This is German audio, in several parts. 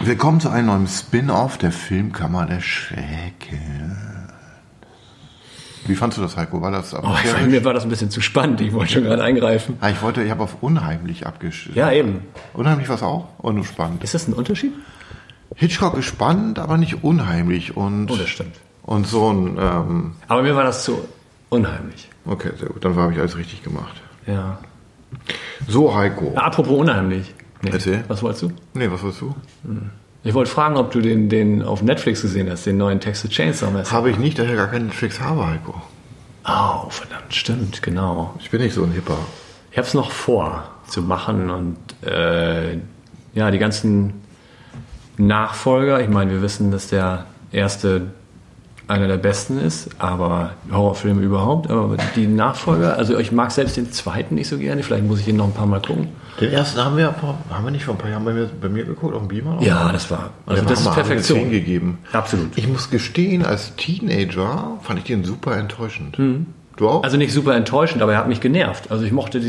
Willkommen zu einem neuen Spin-Off der Filmkammer der Schrecken. Wie fandst du das, Heiko? War das Bei mir war das ein bisschen zu spannend. Ich wollte schon gerade eingreifen. Ich habe auf unheimlich abgeschrieben. Ja, eben. Unheimlich war es auch? Und nur spannend. Ist das ein Unterschied? Hitchcock ist spannend, aber nicht unheimlich. Und, das stimmt. Und so ein... aber mir war das zu unheimlich. Okay, sehr gut. Dann habe ich alles richtig gemacht. Ja. So, Heiko. Apropos unheimlich. Nee. Erzähl. Was wolltest du? Nee, was wolltest du? Ich wollte fragen, ob du den auf Netflix gesehen hast, den neuen Texas Chainsaw Massacre. Habe ich nicht, da ich gar keinen Netflix habe, Heiko. Oh, verdammt, stimmt, genau. Ich bin nicht so ein Hipper. Ich habe es noch vor zu machen und die ganzen Nachfolger, ich meine, wir wissen, dass der erste einer der besten ist, aber Horrorfilme überhaupt, aber die Nachfolger, also ich mag selbst den zweiten nicht so gerne, vielleicht muss ich ihn noch ein paar Mal gucken. Den ersten haben wir nicht vor ein paar Jahren bei mir geguckt, auf dem Beamer? Ja, das war, also das ist Perfektion. 10 gegeben. Absolut. Ich muss gestehen, als Teenager fand ich den super enttäuschend. Du auch? Also nicht super enttäuschend, aber er hat mich genervt. Also ich mochte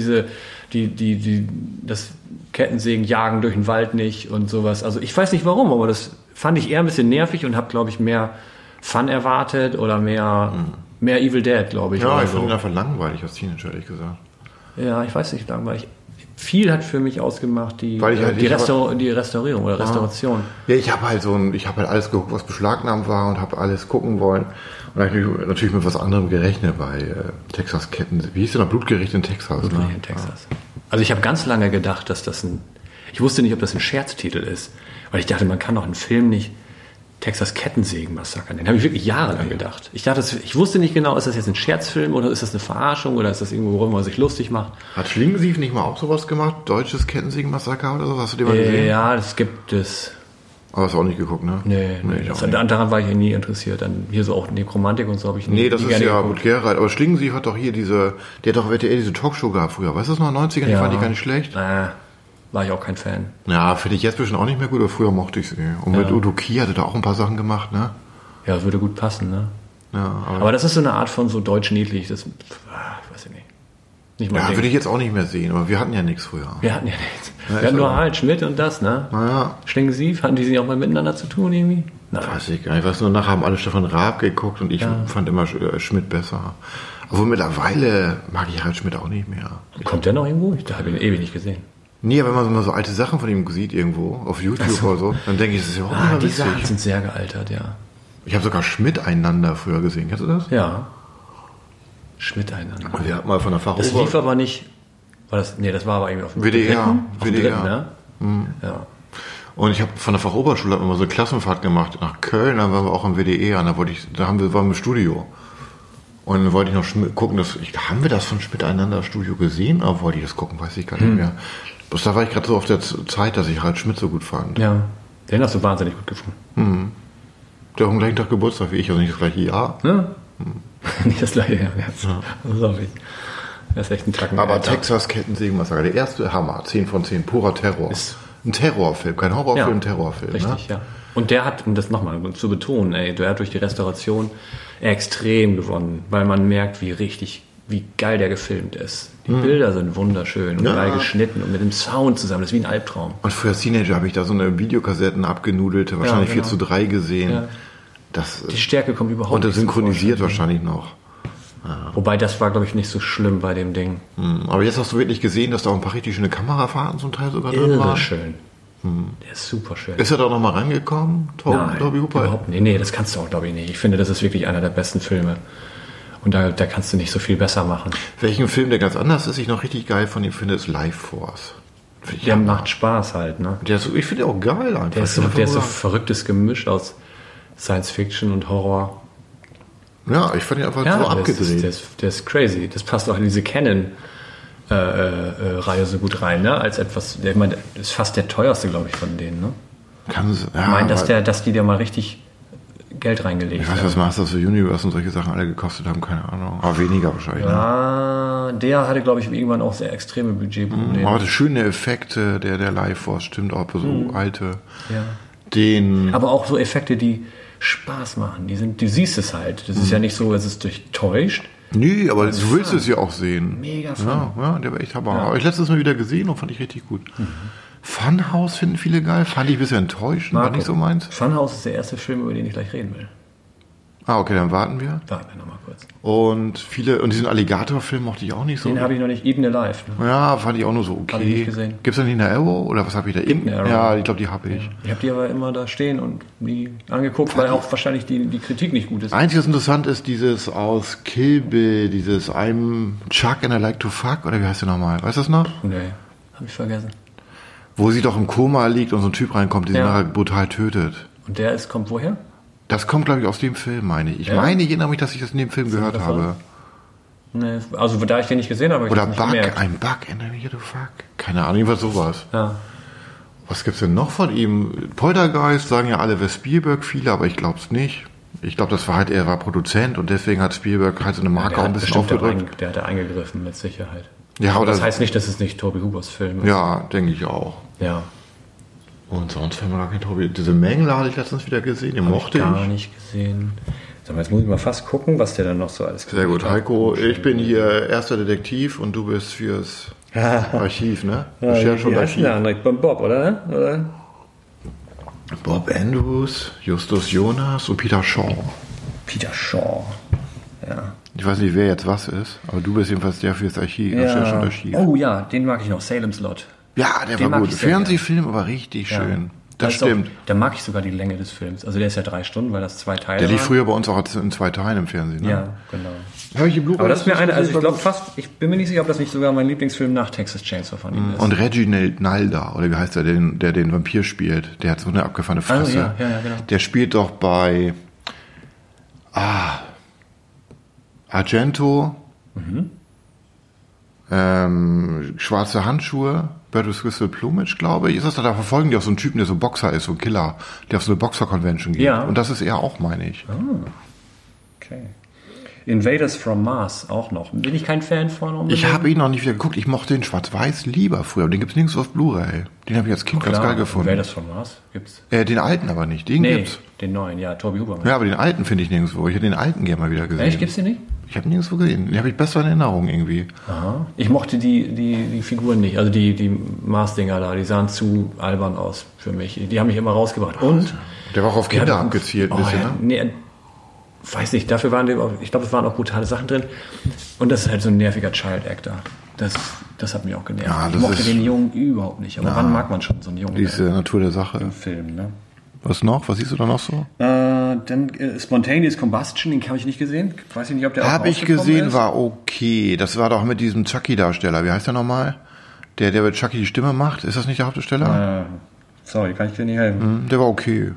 das Kettensägen-Jagen durch den Wald nicht und sowas. Also ich weiß nicht warum, aber das fand ich eher ein bisschen nervig und habe, glaube ich, mehr Fun erwartet oder mehr Evil Dead, glaube ich. Ja, ich fand ihn einfach langweilig als Teenager, ehrlich gesagt. Ja, ich weiß nicht, langweilig. Viel hat für mich ausgemacht die Restaurierung oder Restauration. Ja, ich habe halt alles geguckt, was beschlagnahmt war und habe alles gucken wollen. Und dann habe ich natürlich mit was anderem gerechnet bei Texas Ketten. Wie hieß denn das? Blutgericht in Texas? Blutgericht in Texas. Also ich habe ganz lange gedacht, dass ich wusste nicht, ob das ein Scherztitel ist. Weil ich dachte, man kann doch einen Film nicht Texas Kettensägen-Massaker nennen. Habe ich wirklich jahrelang gedacht. Ich wusste nicht genau, ist das jetzt ein Scherzfilm oder ist das eine Verarschung oder ist das irgendwo, worüber man sich lustig macht. Hat Schlingensief nicht mal auch sowas gemacht? Deutsches Kettensägen-Massaker oder so? Hast du den mal gesehen? Ja, das gibt es. Aber hast du auch nicht geguckt, ne? Nee, daran war ich ja nie interessiert. Dann hier so auch Nekromantik und so habe ich nie. Nee, das ist ja gut Gerald. Aber Schlingensief hat doch hier der hat doch RTL diese Talkshow gehabt früher. Weißt du das noch? 90er, die fand ich gar nicht schlecht. War ich auch kein Fan. Ja, finde ich jetzt bestimmt auch nicht mehr gut, aber früher mochte ich sie. Und mit Udo Kier hatte da auch ein paar Sachen gemacht, ne? Ja, das würde gut passen, ne? Ja, aber das ist so eine Art von so deutsch niedlich, das, ich weiß ich nicht. Ja, würde ich jetzt auch nicht mehr sehen, aber wir hatten ja nichts früher. Wir hatten ja nichts. Wir hatten nur Harald Schmidt und das, ne? Naja. Schlingensief, hatten die sich auch mal miteinander zu tun irgendwie? Nein. Weiß ich gar nicht. Ich weiß nur, nachher haben alle Stefan Raab geguckt und ich fand immer Schmidt besser. Obwohl mittlerweile mag ich Harald Schmidt auch nicht mehr. Kommt der noch irgendwo? Ich habe ihn ewig nicht gesehen. Nee, wenn man so alte Sachen von ihm sieht irgendwo, auf YouTube oder so, dann denke ich, das ist überhaupt nicht mehr witzig. Die Sachen sind sehr gealtert, ja. Ich habe sogar Schmidt einander früher gesehen. Kennst du das? Ja. Schmidt einander. Und wir hatten mal von der Fachober... Das lief aber nicht... das war aber irgendwie auf dem WDR. Dritten, ne? Ja. Und ich habe von der Fachoberschule mal so eine Klassenfahrt gemacht nach Köln, dann waren wir auch am WDR, waren wir im Studio. Und dann wollte ich noch gucken, haben wir das von Schmidt einander Studio gesehen? Aber wollte ich das gucken, weiß ich gar nicht mehr. Bloß da war ich gerade so auf der Zeit, dass ich Harald Schmidt so gut fand. Ja, den hast du wahnsinnig gut gefunden. Der hat am gleichen Tag Geburtstag wie ich, also nicht das gleiche Jahr. Ja? Nicht das gleiche Jahr. Das ist echt ein Tacken. Aber Texas Kettensägen-Massaker, der erste Hammer, 10 von 10, purer Terror. Ist ein Terrorfilm, kein Horrorfilm, ein Terrorfilm. Richtig, ja. Und der hat, um das nochmal zu betonen, der hat durch die Restauration extrem gewonnen, weil man merkt, wie geil der gefilmt ist. Die Bilder sind wunderschön und geil geschnitten und mit dem Sound zusammen. Das ist wie ein Albtraum. Und früher als Teenager habe ich da so eine Videokassetten abgenudelte, wahrscheinlich 4:3 gesehen. Ja. Die Stärke kommt überhaupt nicht. Und das synchronisiert wahrscheinlich noch. Ja. Wobei, das war, glaube ich, nicht so schlimm bei dem Ding. Aber jetzt hast du wirklich gesehen, dass da auch ein paar richtig schöne Kamerafahrten zum Teil sogar drin waren. Schön. Der ist super schön. Ist er da noch mal rangekommen, Toby Hooper? Überhaupt nicht. Nee, das kannst du auch, glaube ich, nicht. Ich finde, das ist wirklich einer der besten Filme. Und da kannst du nicht so viel besser machen. Welchen Film, der ganz anders ist, ich noch richtig geil von ihm finde, ist Life Force. Der macht Spaß halt, ne? Ich finde den auch geil einfach. Der ist so verrücktes Gemisch aus Science Fiction und Horror. Ja, ich fand ihn einfach so abgedreht. Der ist crazy. Das passt auch in diese Canon-Reihe so gut rein, ne? Als etwas, ich meine, das ist fast der teuerste, glaube ich, von denen, ne? Ich meine, dass die da mal richtig Geld reingelegt haben. Ich weiß, was Masters of the Universe und solche Sachen alle gekostet haben, keine Ahnung. Aber weniger wahrscheinlich. Ja, ne? Der hatte, glaube ich, irgendwann auch sehr extreme Budgetprobleme. Aber schöne Effekte, der Life Force, stimmt auch, so alte. Ja. Den. Aber auch so Effekte, die Spaß machen. Du siehst es halt. Das ist ja nicht so, es ist durchtäuscht. Nee, aber du willst es ja auch sehen. Mega fun. Ja, der war echt Hammer. Ja. Aber ich letztes Mal wieder gesehen und fand ich richtig gut. Funhouse finden viele geil. Fand ich ein bisschen enttäuschend, war nicht so meins. Funhouse ist der erste Film, über den ich gleich reden will. Ah, okay, dann warten wir. Warten wir nochmal kurz. Und diesen Alligator-Film mochte ich auch nicht so. Den habe ich noch nicht, Eaten Alive. Ne? Ja, fand ich auch nur so okay. Habe ich nicht gesehen. Gibt es da nicht eine Arrow? Oder was habe ich da? Eaten Arrow. Ja, ich glaube, die habe ich. Ja. Ich habe die aber immer da stehen und die angeguckt, weil auch wahrscheinlich die Kritik nicht gut ist. Einziges interessant ist dieses aus Kill Bill, dieses I'm Chuck and I like to fuck, oder wie heißt der nochmal? Weißt du das noch? Nee, habe ich vergessen. Wo sie doch im Koma liegt und so ein Typ reinkommt, der sie nachher brutal tötet. Und der kommt woher? Das kommt, glaube ich, aus dem Film, meine ich. Ich erinnere mich, dass ich das in dem Film gehört habe. Nee, also da ich den nicht gesehen habe, habe ich oder das nicht Bug, gemerkt. ein Bug in der Nähe, du fuck. Keine Ahnung, jedenfalls sowas. Ja. Was gibt's denn noch von ihm? Poltergeist sagen ja alle, wer Spielberg, viele, aber ich glaube es nicht. Ich glaube, das war halt, er war Produzent und deswegen hat Spielberg halt so eine Marke auch ein bisschen aufgedrückt. Der hat da eingegriffen, mit Sicherheit. Ja, aber das heißt nicht, dass es nicht Tobe Hoopers Film ist. Ja, denke ich auch. Ja. Und sonst haben wir gar keinen Tobi. Diese Mengler hatte ich letztens wieder gesehen, den mochte ich. Gar nicht gesehen. Sag mal, jetzt muss ich mal fast gucken, was der dann noch so alles Sehr gut, Heiko. Ich bin hier erster Detektiv und du bist fürs Archiv, ne? Recherche und Archiv. Der andere? Bob, oder? Bob Andrews, Justus Jonas und Peter Shaw. Peter Shaw, ja. Ich weiß nicht, wer jetzt was ist, aber du bist jedenfalls der fürs Archiv, Recherche und Archiv. Oh ja, den mag ich noch, Salem's Lot. Ja, der war gut. Fernsehfilm, aber richtig schön. Das stimmt. Da mag ich sogar die Länge des Films. Also der ist ja 3 Stunden, weil das 2 Teile Der lief früher bei uns auch in 2 Teilen im Fernsehen. Ne? Ja, genau. Hab ich aber das ist mir also ich glaube fast, ich bin mir nicht sicher, ob das nicht sogar mein Lieblingsfilm nach Texas Chainsaw von ihm ist. Und Reginald Nalda, oder wie heißt der, der den Vampir spielt? Der hat so eine abgefahrene Fresse. Also, ja, genau. Der spielt doch bei Argento, Schwarze Handschuhe, Bertus Crystal Plumage, glaube ich. Ist das da verfolgen die auch so einen Typen, der so Boxer ist, so ein Killer, der auf so eine Boxer-Convention geht. Ja. Und das ist er auch, meine ich. Okay. Invaders from Mars auch noch. Bin ich kein Fan von. Unbedingt. Ich habe ihn noch nicht wieder geguckt. Ich mochte den Schwarz-Weiß lieber früher. Aber den gibt es nirgends auf Blu-ray. Den habe ich als Kind ganz geil gefunden. Invaders from Mars gibt's. Den alten aber nicht. Den gibt's. Den neuen, ja, Tobe Hooper. Ja, aber den alten finde ich nirgendwo. Ich hätte den alten gerne mal wieder gesehen. Echt, gibt's den nicht? Ich habe nirgendwo gesehen. Den habe ich besser in Erinnerung irgendwie. Aha. Ich mochte die Figuren nicht. Also die Mars-Dinger da, die sahen zu albern aus für mich. Die haben mich immer rausgebracht. Und der war auch auf Kinder abgezielt ein bisschen, ne? Nee, weiß nicht, dafür waren ich glaube, es waren auch brutale Sachen drin. Und das ist halt so ein nerviger Child-Actor. Das hat mich auch genervt. Ja, ich mochte den Jungen überhaupt nicht. Aber wann mag man schon so einen Jungen? Diese Natur der Sache. Im Film, ne? Was noch? Was siehst du da noch so? Dann Spontaneous Combustion, den habe ich nicht gesehen. Weiß ich nicht, ob der auch Habe ich gesehen, war okay. Das war doch mit diesem Chucky-Darsteller. Wie heißt der nochmal? Der mit Chucky die Stimme macht. Ist das nicht der Hauptdarsteller? Sorry, kann ich dir nicht helfen. Der war okay.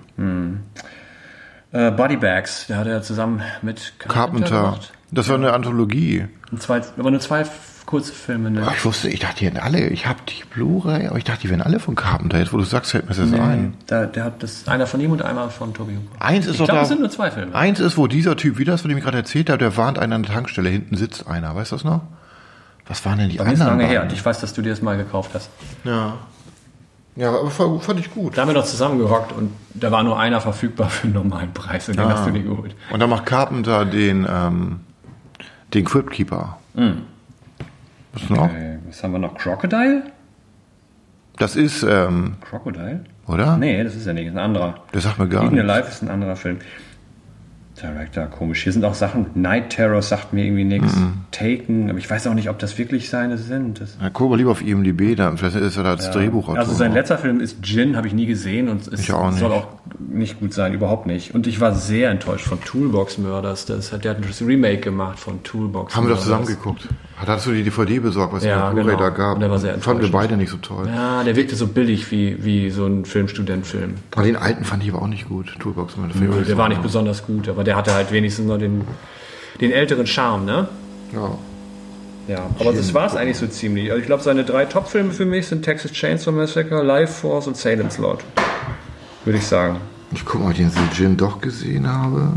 Body Bags, der hat er zusammen mit Carpenter gemacht. Das war eine Anthologie. Aber nur 2 kurze Filme. Ne? Ich dachte, die hätten alle. Ich habe die Blu-ray, aber ich dachte, die wären alle von Carpenter. Jetzt, wo du sagst, fällt mir das ein. Der hat einer von ihm und einmal von Tobe Hooper. Ich glaube, es sind nur 2 Filme. Eins ist, wo dieser Typ, wie das, von dem ich gerade erzählt habe, der warnt einen an der Tankstelle. Hinten sitzt einer. Weißt du das noch? Was waren denn die anderen? Das ist lange her. Ich weiß, dass du dir das mal gekauft hast. Ja. Ja, aber fand ich gut. Da haben wir noch zusammengehockt und da war nur einer verfügbar für einen normalen Preis und den hast du dir geholt. Und dann macht Carpenter den Crypt Keeper. Was noch? Was haben wir noch? Crocodile? Das ist Crocodile? Oder? Nee, das ist ja nicht. Das ist ein anderer. Der sagt mir gar nichts. Eaten Alive ist ein anderer Film. Director, komisch. Hier sind auch Sachen. Night Terror sagt mir irgendwie nichts. Taken, aber ich weiß auch nicht, ob das wirklich seine sind. Guck mal lieber auf IMDb, da vielleicht ist er da als Drehbuchautor. Also sein letzter Film ist Djinn, habe ich nie gesehen und es soll auch nicht gut sein, überhaupt nicht. Und ich war sehr enttäuscht von Toolbox Murders. Der hat ein Remake gemacht von Toolbox Haben wir doch zusammen geguckt. Hattest du die DVD besorgt, was es auf Blu-ray da gab? Der war sehr enttäuscht. Fanden wir beide nicht so toll. Ja, der wirkte so billig wie so ein Filmstudentfilm. Aber den alten fand ich aber auch nicht gut. Toolbox Murders. Der war nicht besonders gut, aber der hatte halt wenigstens noch den älteren Charme, ne? Ja, aber das war es eigentlich so ziemlich. Also ich glaube, seine 3 Top-Filme für mich sind Texas Chainsaw Massacre, Life Force und Salem's Lot. Würde ich sagen. Ich gucke mal, ob ich den Jim doch gesehen habe.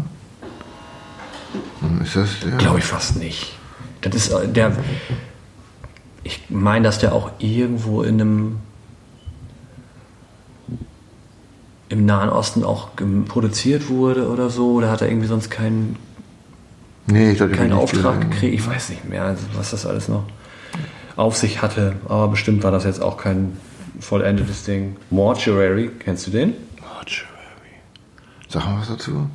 Ist das der? Glaube ich fast nicht. Das ist der. Ich meine, dass der auch irgendwo im Nahen Osten auch produziert wurde oder so. Da hat er irgendwie sonst keinen Auftrag gekriegt. Ich weiß nicht mehr, was das alles noch auf sich hatte. Aber bestimmt war das jetzt auch kein vollendetes Ding. Mortuary, kennst du den? Mortuary. Sag mal was dazu.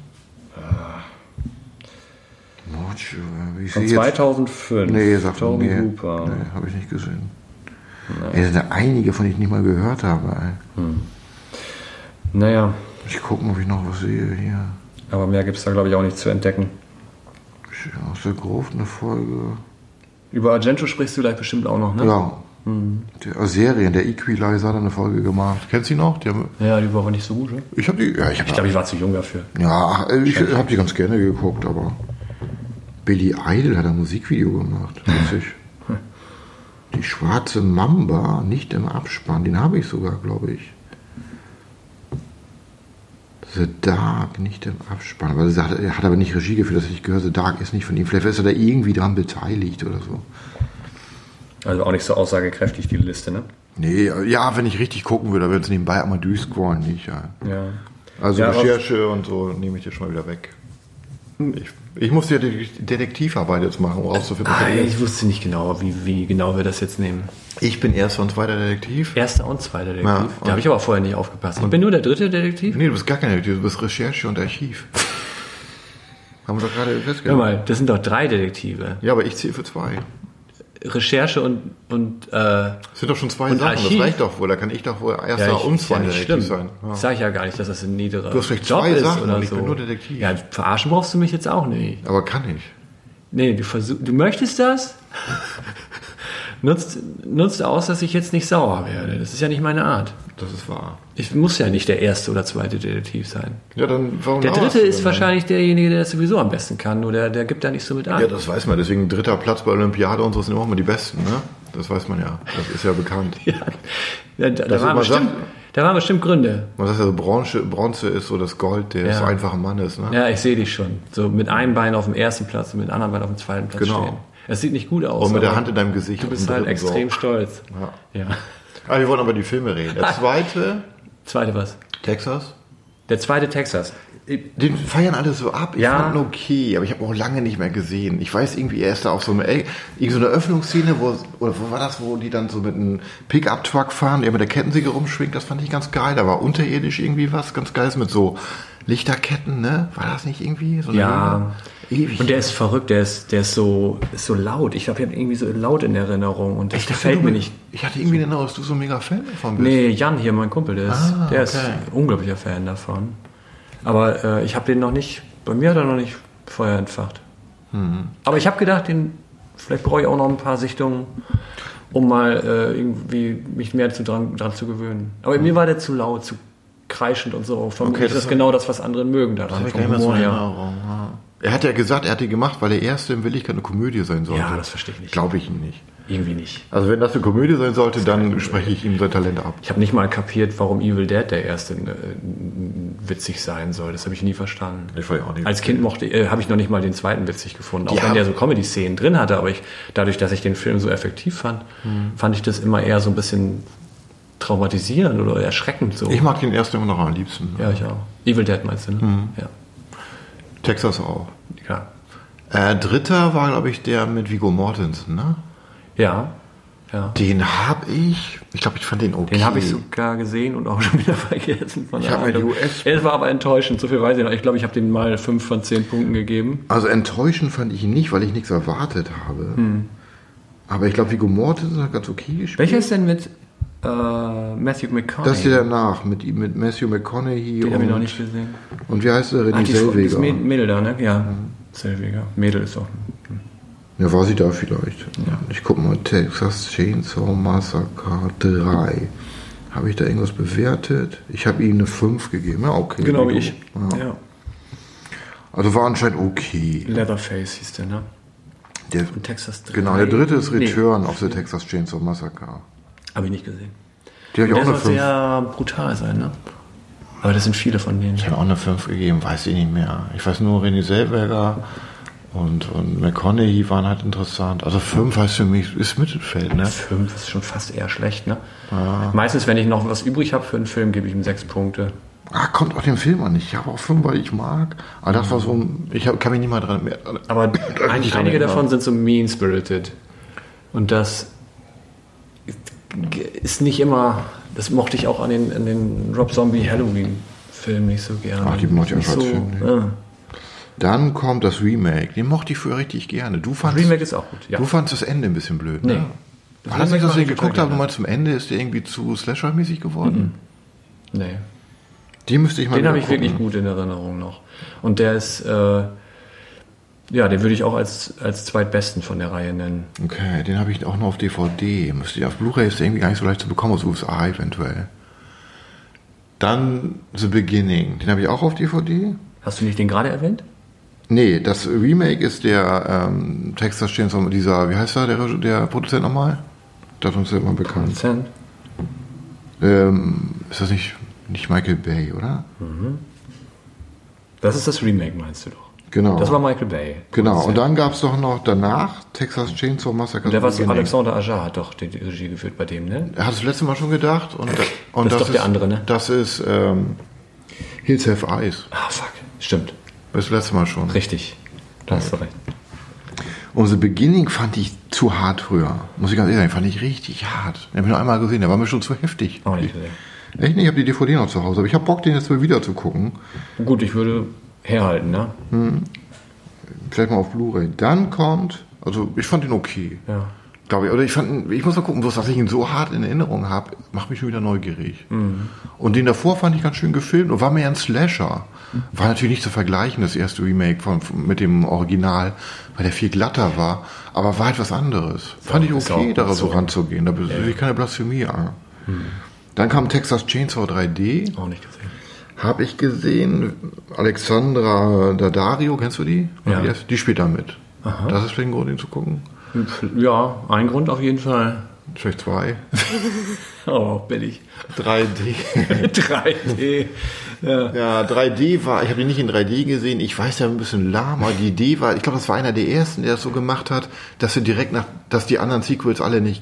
Mortuary. Von 2005. Nee, sag mal. Toby Nee, Hooper. habe ich nicht gesehen. Ey, das sind ja einige, von denen ich nicht mal gehört habe. Ey. Naja, Ich gucke mal, ob ich noch was sehe hier. aber mehr gibt es da, glaube ich, auch nicht zu entdecken. Aus der Gruft eine Folge. Über Argento sprichst du gleich bestimmt auch noch, ne? Ja. Der Serien, der Equalizer hat eine Folge gemacht. Kennst du die noch? Ja, die war aber nicht so gut, ne? Ich habe die. Ja, Ich glaube, ich war zu jung dafür. Ja, ich habe die ganz gerne geguckt, aber Billy Idol hat ein Musikvideo gemacht. Witzig. Die schwarze Mamba, nicht im Abspann, den habe ich sogar, glaube ich. The Dark, nicht im Abspann. Aber er hat aber nicht Regie geführt, das ich gehört. The Dark ist nicht von ihm. Vielleicht ist er da irgendwie dran beteiligt oder so. Also auch nicht so aussagekräftig, die Liste, ne? Nee, ja, wenn ich richtig gucken würde, würde es nebenbei einmal durchscrollen, nicht. Ja. Ja. Also Ja, Recherche und so nehme ich dir schon mal wieder weg. Ich muss ja die Detektivarbeit jetzt machen, um rauszufinden. Ich wusste nicht genau, wie genau wir das jetzt nehmen. Ich bin erster und zweiter Detektiv. Erster und zweiter Detektiv. Ja, Da habe ich aber vorher nicht aufgepasst. Ich bin nur der dritte Detektiv. Nee, du bist gar kein Detektiv, du bist Recherche und Archiv. Haben wir doch gerade Hör festgestellt. mal, das sind doch 3 Detektive. Ja, aber ich zähle für 2. Recherche und Das sind doch schon 2 Und Sachen, Archiv. das reicht doch wohl. Da kann ich doch wohl erster und zweiter nicht Detektiv schlimm. sein. Ja. Das sage ich ja gar nicht, dass das ein niederer Du hast vielleicht Job 2 ist Sachen oder und ich so. bin nur Detektiv. Ja, verarschen brauchst du mich jetzt auch nicht. Aber kann ich. Nee, du möchtest das? Nutzt aus, dass ich jetzt nicht sauer werde. Das ist ja nicht meine Art. Das ist wahr. Ich muss ja nicht der erste oder zweite Detektiv sein. Ja, dann warum Der lauerst dritte du ist denn wahrscheinlich derjenige, der das sowieso am besten kann. Nur der gibt da nicht so mit dann? an. Ja, das weiß man. Deswegen 3. Platz bei Olympiade und so sind immer mal die Besten, ne? Das weiß man ja. Das ist ja bekannt. Ja, da waren bestimmt Gründe. Man sagt ja so, Bronze ist so das Gold des Ja. einfachen Mannes, ne? Ja, ich sehe dich schon. So mit einem Bein auf dem ersten Platz und mit dem anderen Bein auf dem zweiten Platz Genau. stehen. Es sieht nicht gut aus. Und mit der aber Hand in deinem Gesicht. Du auf bist dem halt dritten extrem so. stolz. Ja. Ja. Aber wir wollen aber die Filme reden. Der zweite, Zweite was? Texas. Der zweite Texas. Den feiern alle so ab. Ich Ja. fand ihn okay, aber ich habe ihn auch lange nicht mehr gesehen. Ich weiß irgendwie, er ist da auf so eine Öffnungsszene, wo war das, wo die dann so mit einem Pickup-Truck fahren, der mit der Kettensäge rumschwingt. Das fand ich ganz geil. Da war unterirdisch irgendwie was ganz Geiles mit so Lichterketten, ne? War das nicht irgendwie? So eine Ja. Ewig. Und der ist verrückt, der ist so laut. Ich glaube, ich habe ihn irgendwie so laut in Erinnerung und das gefällt mir nicht. Ich hatte irgendwie den Eindruck, dass du so ein mega Fan davon bist. Nee, Jan hier, mein Kumpel, der ist okay. ein unglaublicher Fan davon. Aber ich habe den noch nicht, bei mir hat er noch nicht Feuer entfacht. Aber ich habe gedacht, vielleicht brauche ich auch noch ein paar Sichtungen, um mal irgendwie mich mehr dran zu gewöhnen. Aber mir war der zu laut, zu kreischend und so. Vermutlich ist das genau das, was andere mögen daran. Ich Vom gar nicht mehr so Humor in her. Erinnerung. Ja. Er hat ja gesagt, er hat die gemacht, weil der erste in Willigkeit eine Komödie sein sollte. Ja, das verstehe ich nicht. Glaube ich ihm nicht. Irgendwie nicht. Also wenn das eine Komödie sein sollte, dann spreche ich ihm sein Talent ab. Ich habe nicht mal kapiert, warum Evil Dead der erste witzig sein soll. Das habe ich nie verstanden. Ich war ja auch nicht. Als Kind habe ich noch nicht mal den zweiten witzig gefunden, auch Ja. wenn der so Comedy-Szenen drin hatte, aber dadurch, dass ich den Film so effektiv fand, fand ich das immer eher so ein bisschen traumatisierend oder erschreckend so. Ich mag den ersten immer noch am liebsten. Ja, ich auch. Evil Dead meinst du, ne? Ja, Texas auch. klar. Dritter war, glaube ich, der mit Viggo Mortensen, ne? Ja. Den habe ich glaube, ich fand den okay. Den habe ich sogar gesehen und auch schon wieder vergessen. Ich habe mir die Es war aber enttäuschend, so viel weiß ich noch. Ich glaube, ich habe den mal 5 von 10 Punkten gegeben. Also enttäuschend fand ich ihn nicht, weil ich nichts erwartet habe. Aber ich glaube, Viggo Mortensen hat ganz okay gespielt. Welcher ist denn mit Matthew McConaughey? Das ist der danach, mit Matthew McConaughey Den habe ich noch nicht gesehen. Und wie heißt der? René Das Zellweger. Mädel da, ne? Ja, Zellweger. Mädel ist auch. Ja, war sie da vielleicht. Ja. Ich guck mal, Texas Chainsaw Massacre 3. Habe ich da irgendwas bewertet? Ich habe ihm eine 5 gegeben. Ja, okay. Genau wie ich. Ja. Also war anscheinend okay. Leatherface hieß der, ne? Der, Und Texas 3. genau, der dritte ist Return of the Texas Chainsaw Massacre. Habe ich nicht gesehen. Die habe ich Der auch eine soll 5. sehr brutal sein, ne? Aber das sind viele von denen. Ich habe auch eine 5 gegeben, weiß ich nicht mehr. Ich weiß nur, René Zellweger und McConaughey waren halt interessant. Also 5 heißt für mich, ist Mittelfeld, ne? 5 ist schon fast eher schlecht, ne? Meistens, wenn ich noch was übrig habe für einen Film, gebe ich ihm 6 Punkte. Kommt auch den Film an. Ich habe auch 5, weil ich mag. Aber das war so ein, kann mich nicht mal dran mehr. Aber einige davon sind so mean-spirited. Und das ist nicht immer, das mochte ich auch an den Rob Zombie Halloween-Filmen nicht so gerne. Ach, die mochte ich auch als so, Film nicht. Dann kommt das Remake. Den mochte ich früher richtig gerne. Das Remake ist auch gut, ja. Du fandst das Ende ein bisschen blöd, Nee. ne? Das War das nicht, dass du den Remake geguckt mag hast, ich mal zum Ende ist der irgendwie zu Slasher-mäßig geworden? Nee. Die müsste ich mal Den wieder habe ich gucken. wirklich gut in Erinnerung noch. Und der ist, den würde ich auch als zweitbesten von der Reihe nennen. Okay, den habe ich auch noch auf DVD. Müsste ich auf Blu-ray ist der irgendwie gar nicht so leicht zu bekommen aus USA eventuell. Dann The Beginning. Den habe ich auch auf DVD. Hast du nicht den gerade erwähnt? Nee, das Remake ist der Texas Chainsaw, dieser, wie heißt er, der Produzent nochmal? Das ist uns ja immer bekannt. Produzent? Ist das nicht Michael Bay, oder? Das ist das Remake, meinst du doch? Genau. Das war Michael Bay. Genau, und dann gab es doch noch danach Texas Chainsaw Massacre. Der war The Beginning. Alexander Aja hat doch die Regie geführt bei dem, ne? Er hat es letzte Mal schon gedacht. Und Das ist doch der andere, ne? Das ist Hills Have Eyes. Ah, fuck. Stimmt. Das letzte Mal schon. Richtig. Da hast du recht. Und The Beginning fand ich zu hart früher. Muss ich ganz ehrlich sagen, fand ich richtig hart. Den habe ich noch einmal gesehen, der war mir schon zu heftig. Auch nicht gesehen. Echt nicht? Ich habe die DVD noch zu Hause, aber ich habe Bock, den jetzt mal wieder zu gucken. Gut, ich würde herhalten, ne? Vielleicht mal auf Blu-ray. Dann kommt, also ich fand ihn okay. Ja. Glaube ich. Oder ich muss mal gucken, dass ich ihn so hart in Erinnerung habe, macht mich schon wieder neugierig. Und den davor fand ich ganz schön gefilmt und war mir ein Slasher. War natürlich nicht zu vergleichen, das erste Remake mit dem Original, weil der viel glatter war, aber war etwas anderes. Fand ich ist okay, auch da so so. ranzugehen. Da will ich keine Blasphemie an. Dann kam Texas Chainsaw 3D. Auch nicht gesehen. Habe ich gesehen. Alexandra Daddario, kennst du die? Ja. Die spielt da mit. Das ist vielleicht ein Grund, ihn zu gucken. Ja, ein Grund auf jeden Fall. Vielleicht 2. Oh, billig. 3D. 3D. Ja. Ja, 3D war, ich habe ihn nicht in 3D gesehen, ich weiß ja ein bisschen lahm, aber die Idee war, ich glaube, das war einer der ersten, der das so gemacht hat, dass er direkt dass die anderen Sequels alle nicht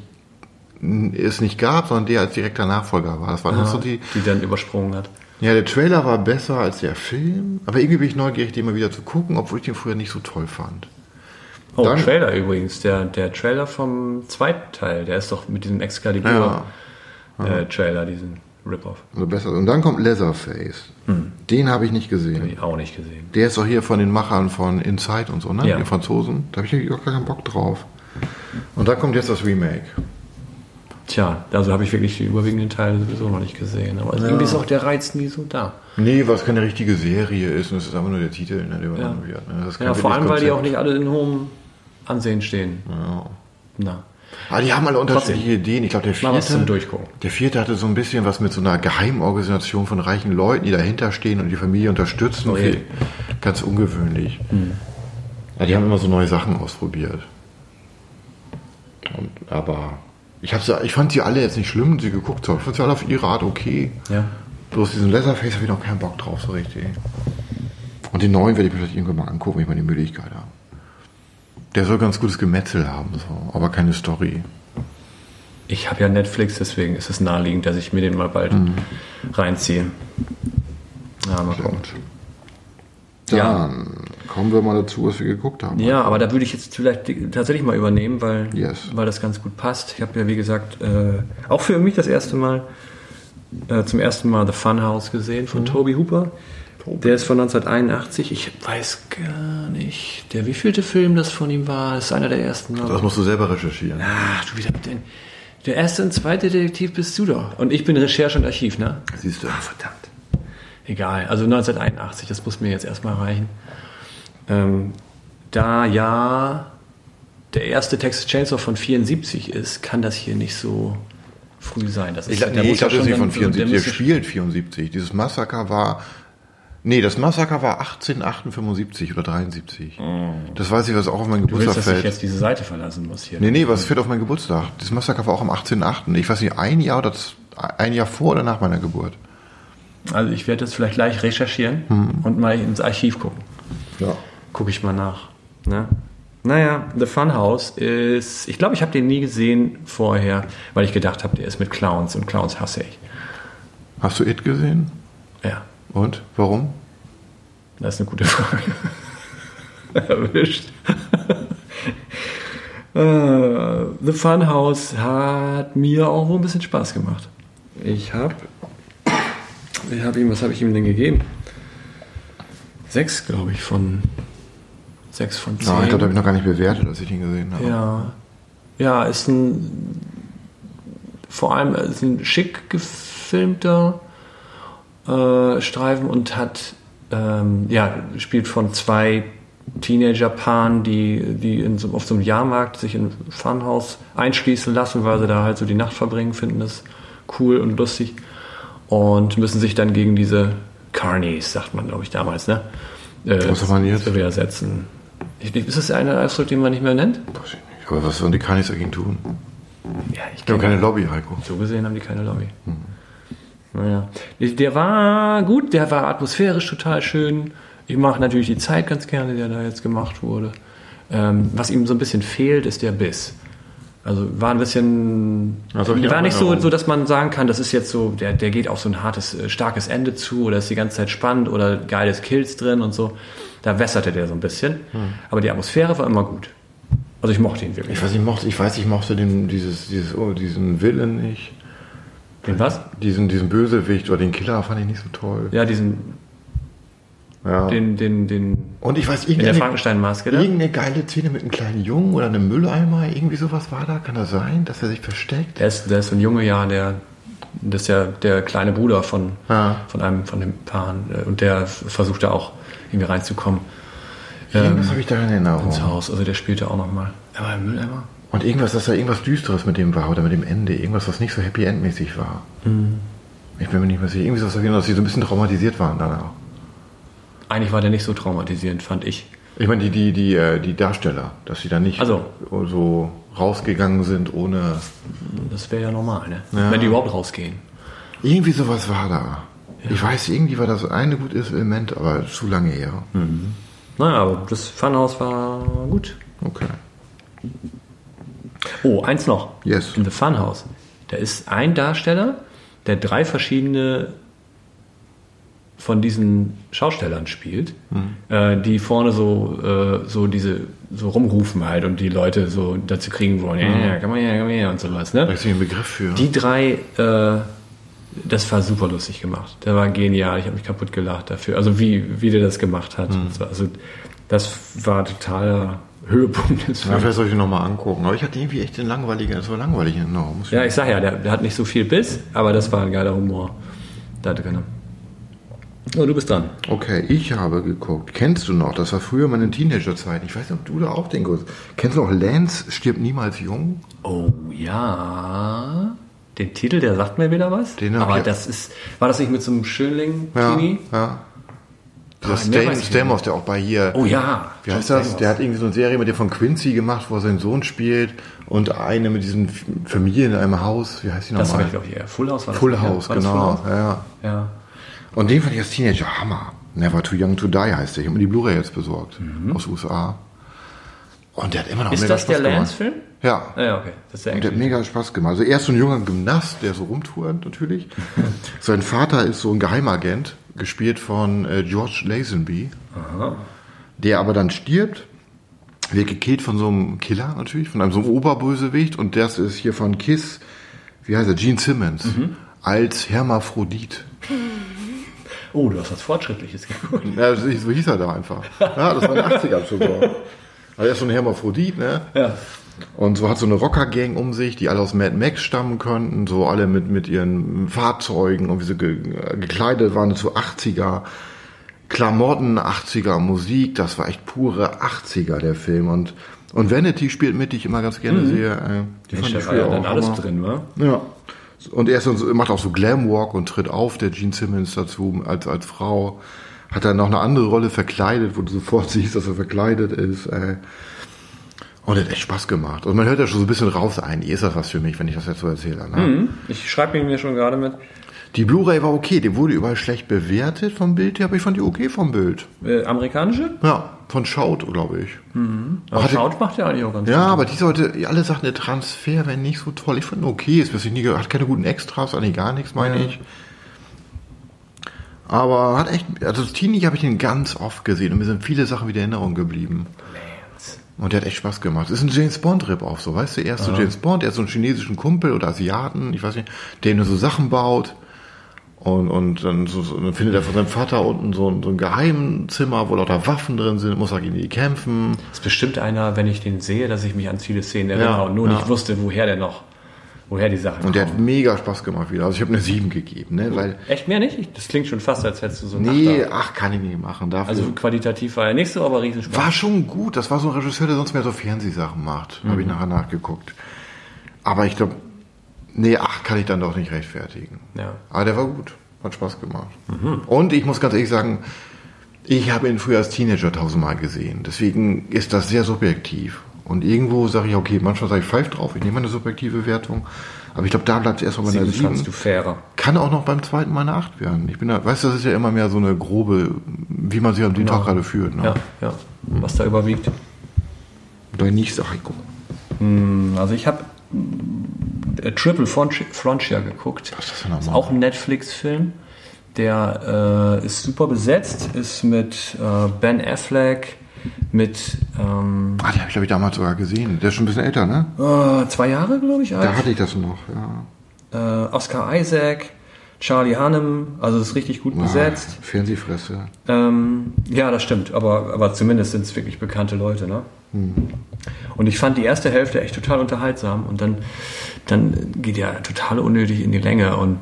gab, sondern der als direkter Nachfolger war. Das war nur so Die dann übersprungen hat. Ja, der Trailer war besser als der Film, aber irgendwie bin ich neugierig, den mal wieder zu gucken, obwohl ich den früher nicht so toll fand. Oh, Dann- Trailer übrigens. Der Trailer vom zweiten Teil, der ist doch mit diesem Excalibur-Trailer, diesen Rip-Off. Also besser. Und dann kommt Leatherface. Den habe ich nicht Habe gesehen. ich auch nicht gesehen. Der ist doch hier von den Machern von Inside und so, ne? Ja. Die Franzosen. Da habe ich auch gar keinen Bock drauf. Und da kommt jetzt das Remake. Tja, also habe ich wirklich die überwiegenden Teile sowieso noch nicht gesehen. Aber irgendwie ist auch der Reiz nie so da. Nee, weil es keine richtige Serie ist und es ist einfach nur der Titel, ne, der übernommen wird. Ne? Das ist kein Ja, vor allem, weil die wirkliches auch nicht alle in hohem Ansehen stehen. Ja. Na, Aber die haben alle unterschiedliche Ideen. Ich glaube, mal was zum Durchgucken. der vierte hatte so ein bisschen was mit so einer Geheimorganisation von reichen Leuten, die dahinter stehen und die Familie unterstützen. Oh je. Ganz ungewöhnlich. Ja, die haben immer so neue Sachen ausprobiert. Aber ich fand sie alle jetzt nicht schlimm, sie geguckt haben. Ich fand sie alle auf ihre Art okay. Ja. Bloß diesen Leatherface habe ich noch keinen Bock drauf, so richtig. Und den neuen werde ich mir vielleicht irgendwann mal angucken, wenn ich mal die Möglichkeit habe. Der soll ganz gutes Gemetzel haben, so, aber keine Story. Ich habe ja Netflix, deswegen ist es naheliegend, dass ich mir den mal bald reinziehe. Ja, mal gucken. Dann Ja. kommen wir mal dazu, was wir geguckt haben. Ja, aber da würde ich jetzt vielleicht tatsächlich mal übernehmen, weil das ganz gut passt. Ich habe ja, wie gesagt, auch für mich das erste Mal, zum ersten Mal The Funhouse gesehen von Tobe Hooper. Der ist von 1981. Ich weiß gar nicht, wie vielte Film das von ihm war. Das ist einer der ersten. Das musst du selber recherchieren. Ach, du wieder mit den. Der erste und zweite Detektiv bist du doch. Und ich bin Recherche und Archiv, ne? Siehst du. Ah, verdammt. Egal, also 1981, das muss mir jetzt erstmal reichen. Da ja der erste Texas Chainsaw von 74 ist, kann das hier nicht so früh sein. Das ist, Ich glaube, das ist nicht von 74. Der spielt 74. Dieses Massaker war... Nee, das Massaker war 1875 oder 73. Das weiß ich, was auch auf meinen Du Geburtstag willst, dass ich fällt. jetzt diese Seite verlassen muss hier. Nee, was fällt auf meinen Geburtstag? Das Massaker war auch am 18.8. Ich weiß nicht, ein Jahr vor oder nach meiner Geburt. Also ich werde das vielleicht gleich recherchieren und mal ins Archiv gucken. Ja. Gucke ich mal nach. Ne? Naja, The Funhouse ist... Ich glaube, ich habe den nie gesehen vorher, weil ich gedacht habe, der ist mit Clowns und Clowns hasse ich. Hast du It gesehen? Ja, Und? Warum? das ist eine gute Frage. Erwischt. The Funhouse hat mir auch ein bisschen Spaß gemacht. Was habe ich ihm denn gegeben? 6, glaube ich, von 6 von 10. Ja, ich glaube, habe ich noch gar nicht bewertet, als ich ihn gesehen habe. Ja, ist vor allem ist ein schick gefilmter Streifen und hat spielt von 2 Teenager-Paaren, die auf so einem Jahrmarkt sich in Funhouse einschließen lassen, weil sie da halt so die Nacht verbringen, finden das cool und lustig und müssen sich dann gegen diese Carnies, sagt man, glaube ich, damals, ne? Was hat man jetzt? Wehrsetzen. Ist das ein Ausdruck, den man nicht mehr nennt? Weiß ich nicht. Aber was sollen die Carnies dagegen tun? Ja, Die haben keine Lobby, Heiko. So gesehen haben die keine Lobby. Naja. Der war gut, der war atmosphärisch total schön. Ich mag natürlich die Zeit ganz gerne, der da jetzt gemacht wurde. Was ihm so ein bisschen fehlt, ist der Biss. Also war ein bisschen... war nicht so, dass man sagen kann, das ist jetzt so, der geht auf so ein hartes, starkes Ende zu oder ist die ganze Zeit spannend oder geiles Kills drin und so. Da wässerte der so ein bisschen. Aber die Atmosphäre war immer gut. Also ich mochte ihn wirklich. Ich mochte diesen Villain nicht. Den was? Diesen Bösewicht oder den Killer fand ich nicht so toll. Ja, den und ich weiß, in der Frankenstein-Maske, ne? Irgendeine geile Szene mit einem kleinen Jungen oder einem Mülleimer, irgendwie sowas war da. Kann das sein, dass er sich versteckt? Der ist so ein Junge, das ist ja der kleine Bruder von dem Paar. Und der versucht da auch irgendwie reinzukommen. Irgendwas habe ich da in Erinnerung. Ins Haus, also der spielte auch nochmal. Er war ein Mülleimer. Und dass da irgendwas Düsteres mit dem war oder mit dem Ende. Irgendwas, was nicht so Happy End-mäßig war. Ich bin mir nicht mehr sicher. Irgendwie so, dass sie so ein bisschen traumatisiert waren danach. Eigentlich war der nicht so traumatisierend, fand ich. Ich meine, die Darsteller, dass sie da nicht so rausgegangen sind ohne... Das wäre ja normal, ne? Ja. Wenn die überhaupt rausgehen. Irgendwie sowas war da. Ja. Ich weiß, irgendwie war das eine gutes Element, aber zu lange her. Naja, aber das Funhouse war gut. Okay. Oh, eins noch. Yes. In The Funhouse. Da ist ein Darsteller, der 3 verschiedene von diesen Schaustellern spielt, die vorne so rumrufen halt und die Leute so dazu kriegen wollen, ja, komm her und sowas, ne? Da ist ein Begriff für. Die 3, das war super lustig gemacht. Der war genial, ich habe mich kaputt gelacht dafür. Also wie der das gemacht hat. Das war totaler Höhepunkt des Films. Ja, vielleicht soll ich ihn nochmal angucken. Aber ich hatte irgendwie echt das war langweilig enorm. Ja, ich sag ja, der hat nicht so viel Biss, aber das war ein geiler Humor da drin. Oh, du bist dran. Okay, ich habe geguckt. Kennst du noch? Das war früher meine Teenagerzeit. Ich weiß nicht, ob du da auch den Kurs. Kennst du noch Lance stirbt niemals jung? Oh ja. Den Titel, der sagt mir wieder was. Aber war das nicht mit so einem Schönling-Teenie? Ja. Dieser Stamos, der auch bei hier... Oh ja. Wie heißt das? Der hat irgendwie so eine Serie mit dem von Quincy gemacht, wo er seinen Sohn spielt und eine mit diesen Familien in einem Haus. Wie heißt die nochmal? Das war ich, glaube ich, eher. Full House war das. Full House, genau. Ja. Und den fand ich als Teenager Hammer. Never Too Young to Die heißt der. Ich habe mir die Blu-ray jetzt besorgt. Aus den USA. Und der hat immer noch mega Spaß gemacht. Ist das der Lance-Film? Ja. Ja, okay. Das ist der und der hat mega Spaß gemacht. Also er ist so ein junger Gymnast, der so rumtourt natürlich. Sein Vater ist so ein Geheimagent, gespielt von George Lazenby. Der aber dann stirbt, wird gekillt von so einem Killer natürlich, von einem so einem Oberbösewicht. Und das ist hier von Kiss, wie heißt er, Gene Simmons, als Hermaphrodit. Oh, du hast was Fortschrittliches geguckt. Ja, so hieß er da einfach. Ja, das war in den 80ern sogar. Also er ist so ein Hermaphrodit, ne? Ja. Und so hat so eine Rocker-Gang um sich, die alle aus Mad Max stammen könnten, so alle mit ihren Fahrzeugen und wie sie gekleidet waren, so 80er Klamotten, 80er Musik, das war echt pure 80er, der Film. Und Vanity spielt mit, die ich immer ganz gerne sehe. Die fand ich früher dann auch alles Hammer. drin, wa? Ja. Und macht auch so Glamwalk und tritt auf, der Gene Simmons dazu als Frau. Hat dann noch eine andere Rolle verkleidet, wo du sofort siehst, dass er verkleidet ist. Und hat echt Spaß gemacht. Und man hört ja schon so ein bisschen raus, eigentlich ist das was für mich, wenn ich das jetzt so erzähle. Ne? Ich schreibe ihn mir schon gerade mit. Die Blu-ray war okay, die wurde überall schlecht bewertet vom Bild her, aber ich fand die okay vom Bild. Amerikanische? Ja, von Shout, glaube ich. Aber Shout macht ja eigentlich auch ganz gut. Ja, aber die sollte, alle sagten, der Transfer wäre nicht so toll. Ich fand ihn okay, hat keine guten Extras, eigentlich gar nichts, meine ich. Aber hat echt, also als Teenie habe ich den ganz oft gesehen und mir sind viele Sachen wieder in Erinnerung geblieben. Und der hat echt Spaß gemacht. Das ist ein James Bond-Rip auch so, weißt du? Erst so James Bond, er hat so einen chinesischen Kumpel oder Asiaten, ich weiß nicht, der nur so Sachen baut. Und dann findet er von seinem Vater unten so ein Geheimzimmer, wo lauter Waffen drin sind, muss er gegen die kämpfen. Das ist bestimmt einer, wenn ich den sehe, dass ich mich an viele Szenen erinnere und nur nicht wusste, woher die Sachen Und der hat mega Spaß gemacht wieder. Also ich habe eine 7 gegeben. Ne? Weil echt mehr nicht? Das klingt schon fast, als hättest du so einen kann ich nicht machen. Dafür. Also qualitativ war er nicht so, aber Riesenspaß. War schon gut. Das war so ein Regisseur, der sonst mehr so Fernsehsachen macht. Habe ich nachher nachgeguckt. Aber ich glaube, 8 kann ich dann doch nicht rechtfertigen. Ja. Aber der war gut. Hat Spaß gemacht. Und ich muss ganz ehrlich sagen, ich habe ihn früher als Teenager 1000-mal gesehen. Deswegen ist das sehr subjektiv. Und irgendwo sage ich, okay, manchmal sage ich 5 drauf, ich nehme eine subjektive Wertung. Aber ich glaube, da bleibt es erstmal bei einer 7. Fandst du fairer. Kann auch noch beim zweiten Mal eine 8 werden. Ich bin da, weißt du, das ist ja immer mehr so eine grobe, wie man sich am Tag gerade fühlt. Ne? Ja. Was da überwiegt. Dein nächster Heiko. Also ich habe Triple Frontier geguckt. Was ist das denn nochmal? Ist auch ein Netflix-Film. Der ist super besetzt, ist mit Ben Affleck, mit... den habe ich, glaube ich, damals sogar gesehen. Der ist schon ein bisschen älter, ne? 2 Jahre, glaube ich, alt. Da hatte ich das noch, ja. Oscar Isaac, Charlie Hunnam, also ist richtig gut besetzt. Fernsehfresse. Ja, das stimmt, aber zumindest sind es wirklich bekannte Leute, ne? Und ich fand die erste Hälfte echt total unterhaltsam und dann geht ja total unnötig in die Länge und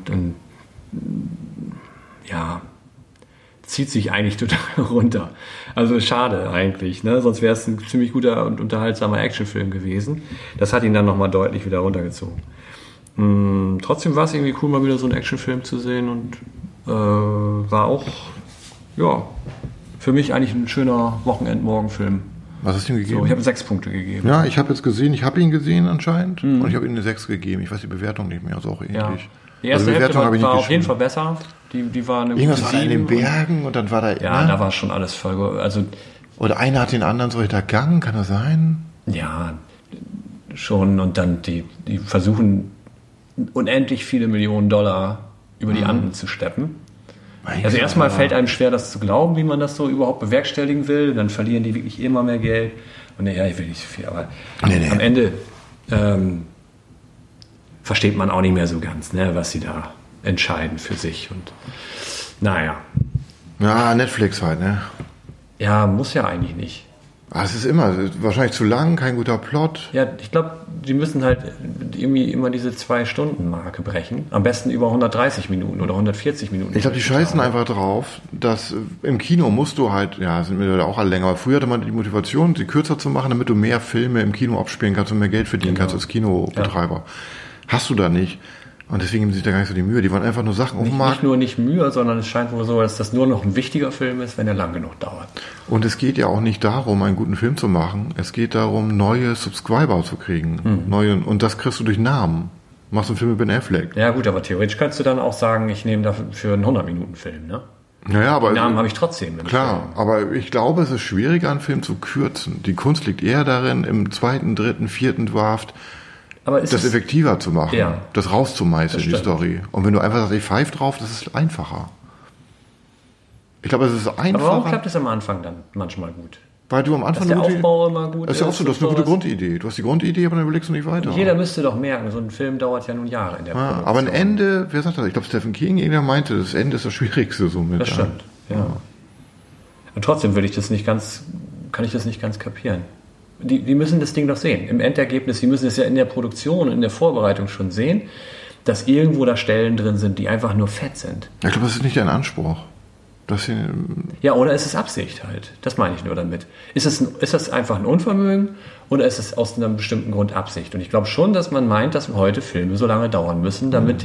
ja, zieht sich eigentlich total runter. Also schade eigentlich, ne? Sonst wäre es ein ziemlich guter und unterhaltsamer Actionfilm gewesen. Das hat ihn dann nochmal deutlich wieder runtergezogen. Trotzdem war es irgendwie cool, mal wieder so einen Actionfilm zu sehen und war auch, ja, für mich eigentlich ein schöner Wochenendmorgenfilm. Was hast du ihm gegeben? So, ich habe 6 Punkte gegeben. Ja, ich habe ihn gesehen anscheinend und ich habe ihm eine 6 gegeben. Ich weiß die Bewertung nicht mehr, also auch ähnlich. Ja. Die erste Hälfte war auf jeden Fall besser. Die war eine irgendwas war in den Bergen und dann war da... Ja, ne? da war schon alles voll... Also, oder einer hat den anderen so hintergangen, kann das sein? Ja, schon. Und dann die versuchen unendlich viele Millionen $, über die Anden zu steppen. Also erstmal fällt einem schwer, das zu glauben, wie man das so überhaupt bewerkstelligen will. Dann verlieren die wirklich immer mehr Geld. Und ja, ich will nicht so viel, aber am Ende versteht man auch nicht mehr so ganz, ne, was sie da entscheiden für sich. Und naja. Ja, Netflix halt, ne? Ja, muss ja eigentlich nicht. Es ist immer, wahrscheinlich zu lang, kein guter Plot. Ja, ich glaube, die müssen halt irgendwie immer diese 2-Stunden-Marke brechen. Am besten über 130 Minuten oder 140 Minuten. Ich glaube, die scheißen einfach drauf, dass im Kino musst du halt, ja, sind wir auch alle länger, aber früher hatte man die Motivation, sie kürzer zu machen, damit du mehr Filme im Kino abspielen kannst und mehr Geld verdienen kannst als Kinobetreiber. Ja. Hast du da nicht. Und deswegen geben sie sich da gar nicht so die Mühe. Die wollen einfach nur Sachen auf dem Markt. Nicht nur nicht Mühe, sondern es scheint wohl so, dass das nur noch ein wichtiger Film ist, wenn er lang genug dauert. Und es geht ja auch nicht darum, einen guten Film zu machen. Es geht darum, neue Subscriber zu kriegen. Und das kriegst du durch Namen. Machst einen Film mit Ben Affleck. Ja gut, aber theoretisch kannst du dann auch sagen, ich nehme dafür einen 100-Minuten-Film, ne? Naja, aber... Den Namen habe ich trotzdem. Klar, aber ich glaube, es ist schwieriger, einen Film zu kürzen. Die Kunst liegt eher darin, im 2., 3., 4. Draft das effektiver zu machen, das rauszumeißeln, die Story. Und wenn du einfach sagst, ich pfeife drauf, das ist einfacher. Ich glaube, es ist einfacher. Aber warum klappt es am Anfang dann manchmal gut? Weil du am Anfang ist der Aufbau immer gut. Das ist ja auch so, du hast eine gute Grundidee. Du hast die Grundidee, aber dann überlegst du nicht weiter. Und jeder müsste doch merken, so ein Film dauert ja nun Jahre in der Produktion. Aber ein Ende, wer sagt das? Ich glaube, Stephen King, irgendwer meinte, das Ende ist das Schwierigste somit. Das stimmt, ja. Und trotzdem kann ich das nicht ganz kapieren. Die müssen das Ding doch sehen. Im Endergebnis, die müssen es ja in der Produktion, in der Vorbereitung schon sehen, dass irgendwo da Stellen drin sind, die einfach nur fett sind. Ich glaube, das ist nicht dein Anspruch. Ja, oder ist es Absicht halt? Das meine ich nur damit. Ist das einfach ein Unvermögen oder ist es aus einem bestimmten Grund Absicht? Und ich glaube schon, dass man meint, dass heute Filme so lange dauern müssen, damit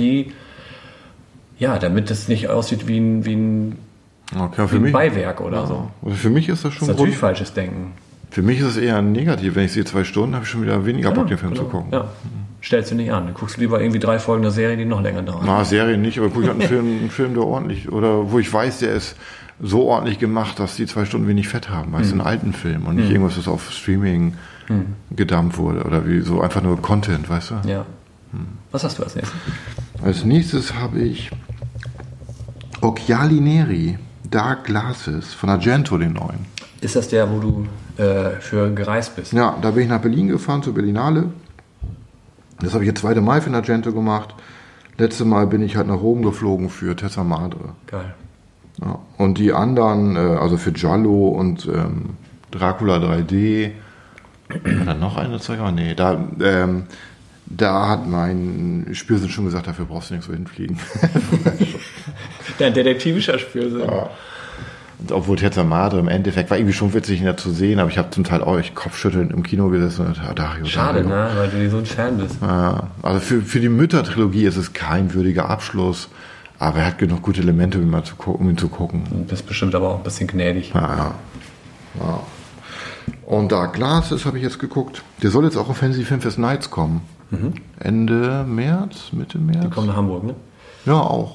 damit das nicht aussieht wie ein Beiwerk oder so. Also für mich ist das schon... Das ist natürlich falsches Denken. Für mich ist es eher negativ. Wenn ich sehe 2 Stunden, habe ich schon wieder weniger Bock, den Film zu gucken. Ja. Stellst du nicht an. Dann guckst du lieber irgendwie 3 Folgen der Serie, die noch länger dauern. Serien nicht, aber gucke ich halt einen Film, der ordentlich, oder wo ich weiß, der ist so ordentlich gemacht, dass die 2 Stunden wenig Fett haben. Weißt du, einen alten Film und nicht irgendwas, das auf Streaming gedumpt wurde oder wie so einfach nur Content, weißt du? Ja. Was hast du als nächstes? Als nächstes habe ich Occhiali Neri, Dark Glasses von Argento, den neuen. Ist das der, wo du für gereist bist? Ja, da bin ich nach Berlin gefahren, zur Berlinale. Das habe ich jetzt 2. Mal für Argento gemacht. Letztes Mal bin ich halt nach Rom geflogen für Tessa Madre. Geil. Ja, und die anderen, also für Giallo und Dracula 3D, war da noch eine Zeug? Nee, da hat mein Spürsinn schon gesagt, dafür brauchst du nirgendwo hinfliegen. Dein detektivischer Spürsinn. Ja. Und obwohl Tessa Madre im Endeffekt war irgendwie schon witzig, ihn da zu sehen, aber ich habe zum Teil auch Kopfschütteln im Kino gesessen. Und schade, ne? Weil du so ein Fan bist. Ja, also für die Mütter-Trilogie ist es kein würdiger Abschluss, aber er hat genug gute Elemente, um ihn zu gucken. Du bist bestimmt aber auch ein bisschen gnädig. Ja. Und Dark Glasses habe ich jetzt geguckt. Der soll jetzt auch auf Fantasy Filmfest Nights kommen. Ende März, Mitte März. Die kommen nach Hamburg, ne? Ja, auch.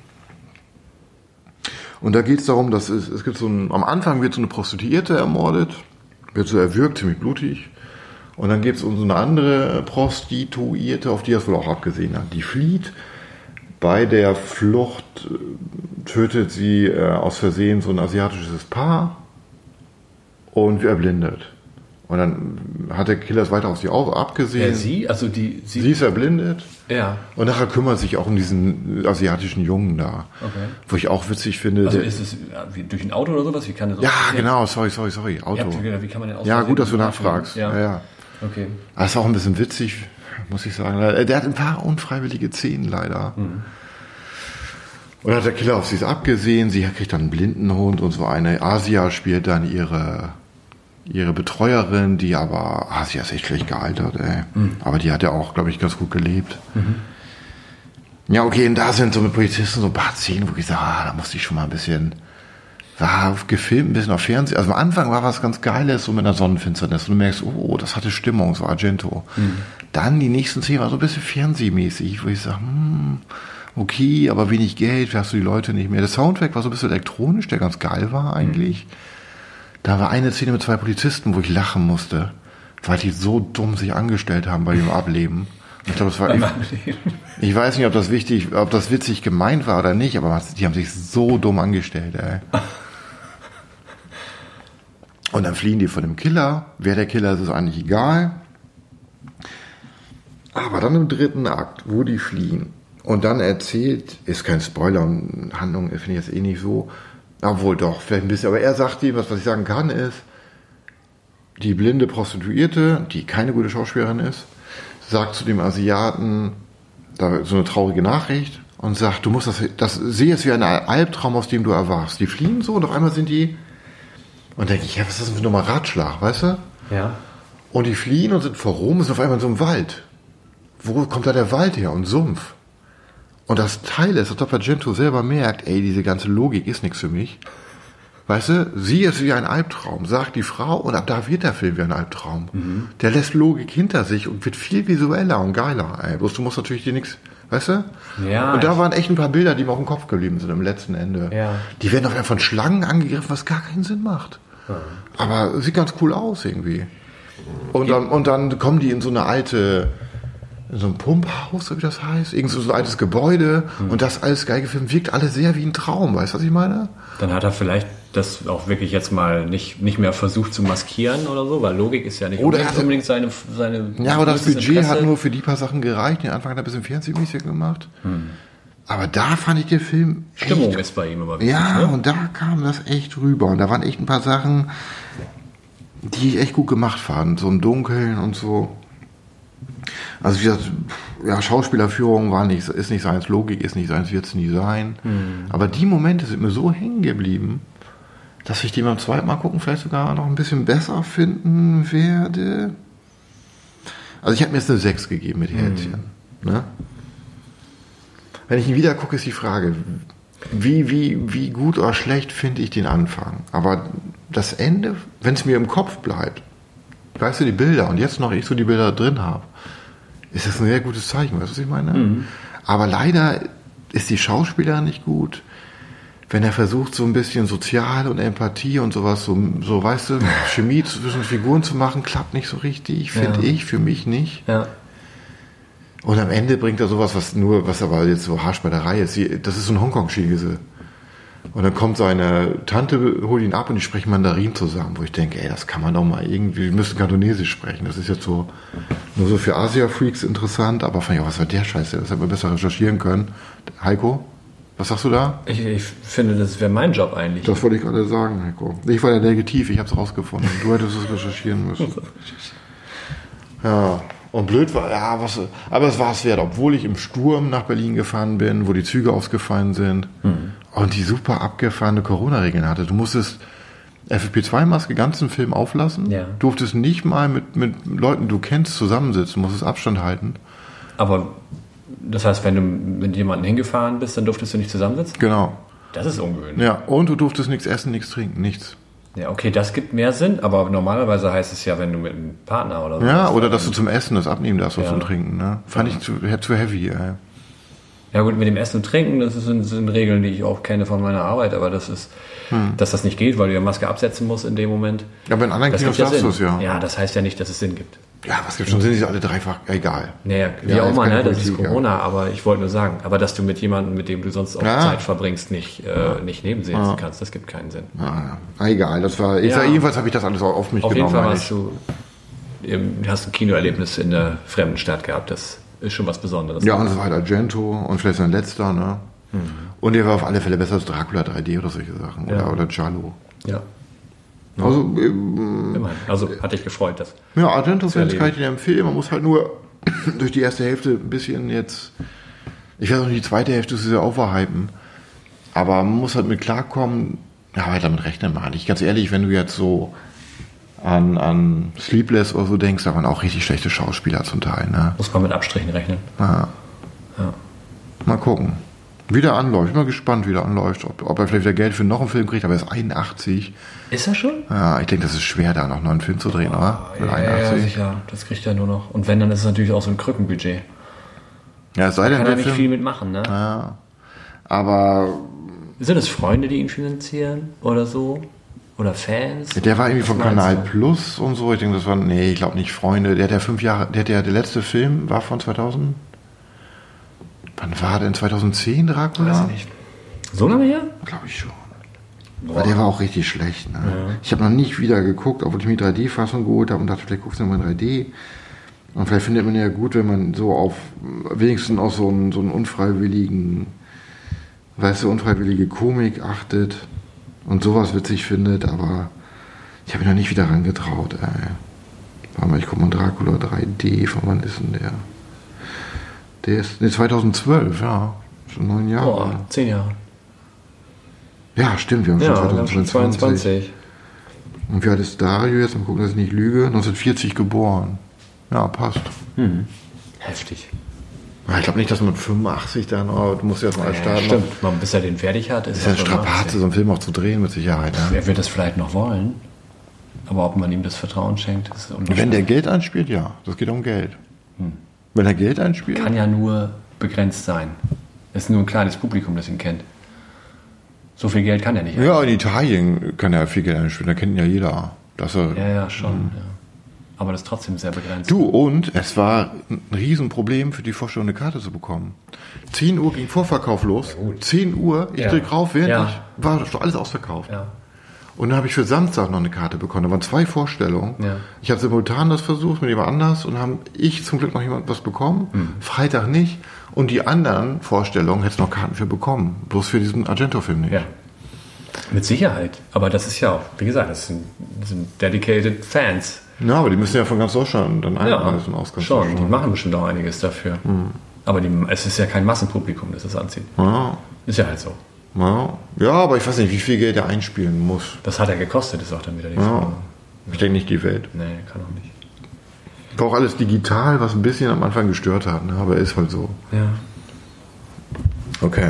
Und da geht es darum, dass es gibt am Anfang wird so eine Prostituierte ermordet, wird so erwürgt, ziemlich blutig. Und dann gibt es so eine andere Prostituierte, auf die er es wohl auch abgesehen hat. Die flieht. Bei der Flucht tötet sie aus Versehen so ein asiatisches Paar und erblindet. Und dann hat der Killer es weiter auf sie abgesehen. Ja, sie? Also sie ist erblindet. Ja. Und nachher kümmert sich auch um diesen asiatischen Jungen da. Okay. Wo ich auch witzig finde. Also ist es durch ein Auto oder sowas? Wie kann das ja, genau. Sorry. Auto. Wie kann man denn ja, gut, dass du nachfragst. Ja. Okay. Aber das ist auch ein bisschen witzig, muss ich sagen. Der hat ein paar unfreiwillige Szenen leider. Und dann hat der Killer auf sie abgesehen. Sie kriegt dann einen Blindenhund und so eine. Asia spielt dann ihre Betreuerin, die aber, sie ist echt schlecht gealtert, ey. Aber die hat ja auch, glaube ich, ganz gut gelebt. Ja, okay, und da sind so mit Polizisten so ein paar Szenen, wo ich sage, da musste ich schon mal ein bisschen, war gefilmt, ein bisschen auf Fernsehen. Also am Anfang war was ganz Geiles, so mit einer Sonnenfinsternis. Und du merkst, oh, das hatte Stimmung, so Argento. Dann die nächsten Szenen war so ein bisschen fernsehmäßig, wo ich sage, okay, aber wenig Geld, hast du die Leute nicht mehr. Der Soundtrack war so ein bisschen elektronisch, der ganz geil war eigentlich. Da war eine Szene mit 2 Polizisten, wo ich lachen musste, weil die so dumm sich angestellt haben bei dem Ableben. Ich glaube, das war. Ich weiß nicht, ob das witzig gemeint war oder nicht, aber die haben sich so dumm angestellt, ey. Und dann fliehen die von dem Killer. Wer der Killer ist, ist eigentlich egal. Aber dann im 3. Akt, wo die fliehen und dann erzählt, ist kein Spoiler und Handlung finde ich jetzt eh nicht so. Obwohl doch, vielleicht ein bisschen. Aber er sagt ihm, was ich sagen kann, ist, die blinde Prostituierte, die keine gute Schauspielerin ist, sagt zu dem Asiaten da so eine traurige Nachricht und sagt, du musst sehe es wie ein Albtraum, aus dem du erwachst. Die fliehen so und auf einmal sind die, und denke ich, ja, was ist das denn für nochmal Ratschlag, weißt du? Ja. Und die fliehen und sind vor Rom, sind auf einmal in so einem Wald. Wo kommt da der Wald her? Und Sumpf. Und das Teil ist, als ob Argento selber merkt, ey, diese ganze Logik ist nichts für mich. Weißt du, sie ist wie ein Albtraum, sagt die Frau, und ab da wird der Film wie ein Albtraum. Der lässt Logik hinter sich und wird viel visueller und geiler. Ey. Bloß du musst natürlich dir nichts, weißt du? Ja. Und da waren echt ein paar Bilder, die mir auf dem Kopf geblieben sind am letzten Ende. Ja. Die werden auf einmal von Schlangen angegriffen, was gar keinen Sinn macht. Ja. Aber sieht ganz cool aus irgendwie. Und dann kommen die in so eine alte, in so ein Pumphaus, so wie das heißt, irgend so ein altes Gebäude, und das alles geil gefilmt, wirkt alles sehr wie ein Traum, weißt du, was ich meine? Dann hat er vielleicht das auch wirklich jetzt mal nicht mehr versucht zu maskieren oder so, weil Logik ist ja nicht unbedingt seine ja, aber das Budget Interesse. Hat nur für die paar Sachen gereicht. Den Anfang hat er ein bisschen fernsehmäßig gemacht. Aber da fand ich den Film Stimmung echt, ist bei ihm immer wichtig. Ja, ne? Und da kam das echt rüber. Und da waren echt ein paar Sachen, die ich echt gut gemacht fand. So im Dunkeln und so. Also wie gesagt, ja, Schauspielerführung ist nicht seins, Logik ist nicht seins, wird es nie sein. Aber die Momente sind mir so hängen geblieben, dass ich die beim zweiten Mal gucken vielleicht sogar noch ein bisschen besser finden werde. Also ich habe mir jetzt eine 6 gegeben mit Herzchen. Ne? Wenn ich ihn wieder gucke, ist die Frage, wie gut oder schlecht finde ich den Anfang. Aber das Ende, wenn es mir im Kopf bleibt, weißt du, die Bilder, und jetzt noch ich so die Bilder drin habe, ist das ein sehr gutes Zeichen, weißt du, was ich meine? Aber leider ist die Schauspielerin nicht gut. Wenn er versucht, so ein bisschen Sozial und Empathie und sowas, so weißt du, Chemie zwischen Figuren zu machen, klappt nicht so richtig, finde ich, für mich nicht. Ja. Und am Ende bringt er sowas, was aber jetzt so Haarspalterei ist. Das ist so ein Hongkong-Schiegese. Und dann kommt seine Tante, holt ihn ab und die sprechen Mandarin zusammen, wo ich denke, ey, das kann man doch mal irgendwie, wir müssen Kantonesisch sprechen. Das ist jetzt so, nur so für Asia-Freaks interessant, aber fand ich auch, was war der Scheiße? Das hätten wir besser recherchieren können. Heiko, was sagst du da? Ich finde, das wäre mein Job eigentlich. Das wollte ich gerade sagen, Heiko. Ich war ja negativ, ich habe es rausgefunden. Du hättest es recherchieren müssen. Ja, und blöd war, ja, aber es war es wert, obwohl ich im Sturm nach Berlin gefahren bin, wo die Züge ausgefallen sind und die super abgefahrene Corona-Regeln hatte. Du musstest FFP2-Maske ganzen Film auflassen, durftest nicht mal mit Leuten, du kennst, zusammensitzen, musstest Abstand halten. Aber das heißt, wenn du mit jemandem hingefahren bist, dann durftest du nicht zusammensitzen? Genau. Das ist ungewöhnlich. Ja, und du durftest nichts essen, nichts trinken, nichts. Ja, okay, das gibt mehr Sinn, aber normalerweise heißt es ja, wenn du mit einem Partner oder so. Ja, oder dass du zum Essen das abnehmen darfst oder zum Trinken. Ne? Fand ich zu heavy. Ja gut, mit dem Essen und Trinken, das sind Regeln, die ich auch kenne von meiner Arbeit, aber das ist, dass das nicht geht, weil du ja Maske absetzen musst in dem Moment. Ja, aber in anderen Kinos darfst du es ja. Ja, das heißt ja nicht, dass es Sinn gibt. Ja, was gibt schon Sinn, die sind alle dreifach, egal. Naja, wie auch immer, ne? Das ist Corona, aber ich wollte nur sagen, aber dass du mit jemandem, mit dem du sonst auch Zeit verbringst, nicht nebensitzen kannst, das gibt keinen Sinn. Egal, das war, jedenfalls habe ich das alles auch auf mich genommen. Auf jeden Fall hast du ein Kinoerlebnis in der fremden Stadt gehabt, das ist schon was Besonderes. Ja, und es war halt Argento und vielleicht sein letzter, ne? Und der war auf alle Fälle besser als Dracula 3D oder solche Sachen, oder Giallo. Ja. Also, also hat dich gefreut, das. Ja, Argento-Fans kann ich dir empfehlen. Man muss halt nur durch die erste Hälfte ein bisschen jetzt, ich weiß auch nicht, die zweite Hälfte ist ja overhypen, aber man muss halt mit klarkommen, ja, halt damit rechnen mal nicht. Ganz ehrlich, wenn du jetzt so an Sleepless oder so denkst, da waren auch richtig schlechte Schauspieler zum Teil. Ne? Muss man mit Abstrichen rechnen. Ja. Mal gucken. Wie der anläuft. Ich bin mal gespannt, wie der anläuft. Ob er vielleicht wieder Geld für noch einen Film kriegt, aber er ist 81. Ist er schon? Ja, ich denke, das ist schwer, da noch einen neuen Film zu drehen, oder? Ja, sicher. Das kriegt er nur noch. Und wenn, dann ist es natürlich auch so ein Krückenbudget. Ja, es sei denn, kann er nicht viel mitmachen, ne? Ja. Aber... Sind es Freunde, die ihn finanzieren? Oder so? Oder Fans? Der war irgendwie von Kanal Plus und so. Ich denke, das waren... Nee, ich glaube nicht Freunde. Der hat ja 5 Jahre... Der letzte Film war von 2000... Wann war denn 2010 Dracula? Weiß ich nicht. So lange her? Glaube ich schon. Aber der war auch richtig schlecht. Ne? Ja. Ich habe noch nicht wieder geguckt, obwohl ich mir die 3D-Fassung geholt habe und dachte, vielleicht guckst du mal in 3D. Und vielleicht findet man ja gut, wenn man so auf wenigstens auch so einen unfreiwilligen, unfreiwillige Komik achtet und sowas witzig findet, aber ich habe mich noch nicht wieder rangetraut. Warte mal, ich gucke mal Dracula 3D, von wann ist denn der? Der ist 2012, ja. Schon 9 Jahre. Boah, 10 Jahre. Ja, stimmt, wir haben schon 2022. Und wie alt ist Dario jetzt? Mal gucken, dass ich nicht lüge. 1940 geboren. Ja, passt. Heftig. Ich glaube nicht, dass man mit 85 dann, du musst ja erstmal starten. Stimmt, man, bis er den fertig hat. Ist ja ein Strapaze, so einen Film auch zu drehen, mit Sicherheit. Ne? Er wird das vielleicht noch wollen. Aber ob man ihm das Vertrauen schenkt, ist unwahrscheinlich. Wenn der Geld einspielt, ja. Das geht um Geld. Wenn er Geld einspielt? Kann ja nur begrenzt sein. Es ist nur ein kleines Publikum, das ihn kennt. So viel Geld kann er nicht. Ja, in Italien kann er viel Geld einspielen. Da kennt ihn ja jeder. Ja, schon. Ja. Aber das ist trotzdem sehr begrenzt. Und es war ein Riesenproblem für die Vorstellung, eine Karte zu bekommen. 10 Uhr ging Vorverkauf los. 10 Uhr, ich drück rauf, war schon alles ausverkauft. Ja. Und dann habe ich für Samstag noch eine Karte bekommen. Da waren 2 Vorstellungen. Ja. Ich habe simultan das versucht mit jemand anders und habe ich zum Glück noch jemand was bekommen. Freitag nicht. Und die anderen Vorstellungen hätte noch Karten für bekommen. Bloß für diesen Argento-Film nicht. Ja. Mit Sicherheit. Aber das ist ja auch, wie gesagt, das sind dedicated Fans. Ja, aber die müssen ja von ganz Deutschland dann einreisen aus ganz schon. Deutschland. Die machen bestimmt auch einiges dafür. Aber es ist ja kein Massenpublikum, das das anzieht. Ja. Ist ja halt so. Ja, aber ich weiß nicht, wie viel Geld er einspielen muss. Das hat er gekostet, ist auch dann wieder die Frage. Ich denke nicht die Welt. Nee, kann auch nicht. War auch alles digital, was ein bisschen am Anfang gestört hat, ne? Aber ist halt so. Ja. Okay.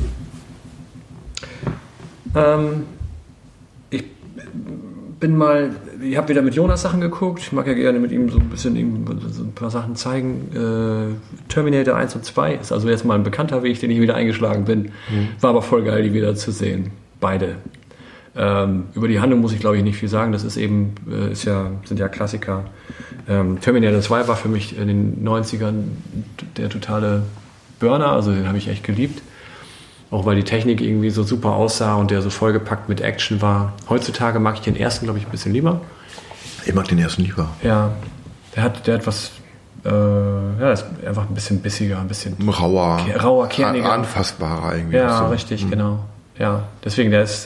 Ich habe wieder mit Jonas Sachen geguckt. Ich mag ja gerne mit ihm so ein bisschen so ein paar Sachen zeigen. Terminator 1 und 2 ist also jetzt mal ein bekannter Weg, den ich wieder eingeschlagen bin. War aber voll geil, die wieder zu sehen. Beide. Über die Handlung muss ich, glaube ich, nicht viel sagen. Das ist eben, sind ja Klassiker. Terminator 2 war für mich in den 90ern der totale Burner, also den habe ich echt geliebt. Auch weil die Technik irgendwie so super aussah und der so vollgepackt mit Action war. Heutzutage mag ich den ersten, glaube ich, ein bisschen lieber. Ich mag den ersten lieber. Ja, der hat was, ist einfach ein bisschen bissiger, ein bisschen rauer, kerniger. Anfassbarer irgendwie. Ja, so. Richtig, genau. Ja, deswegen, das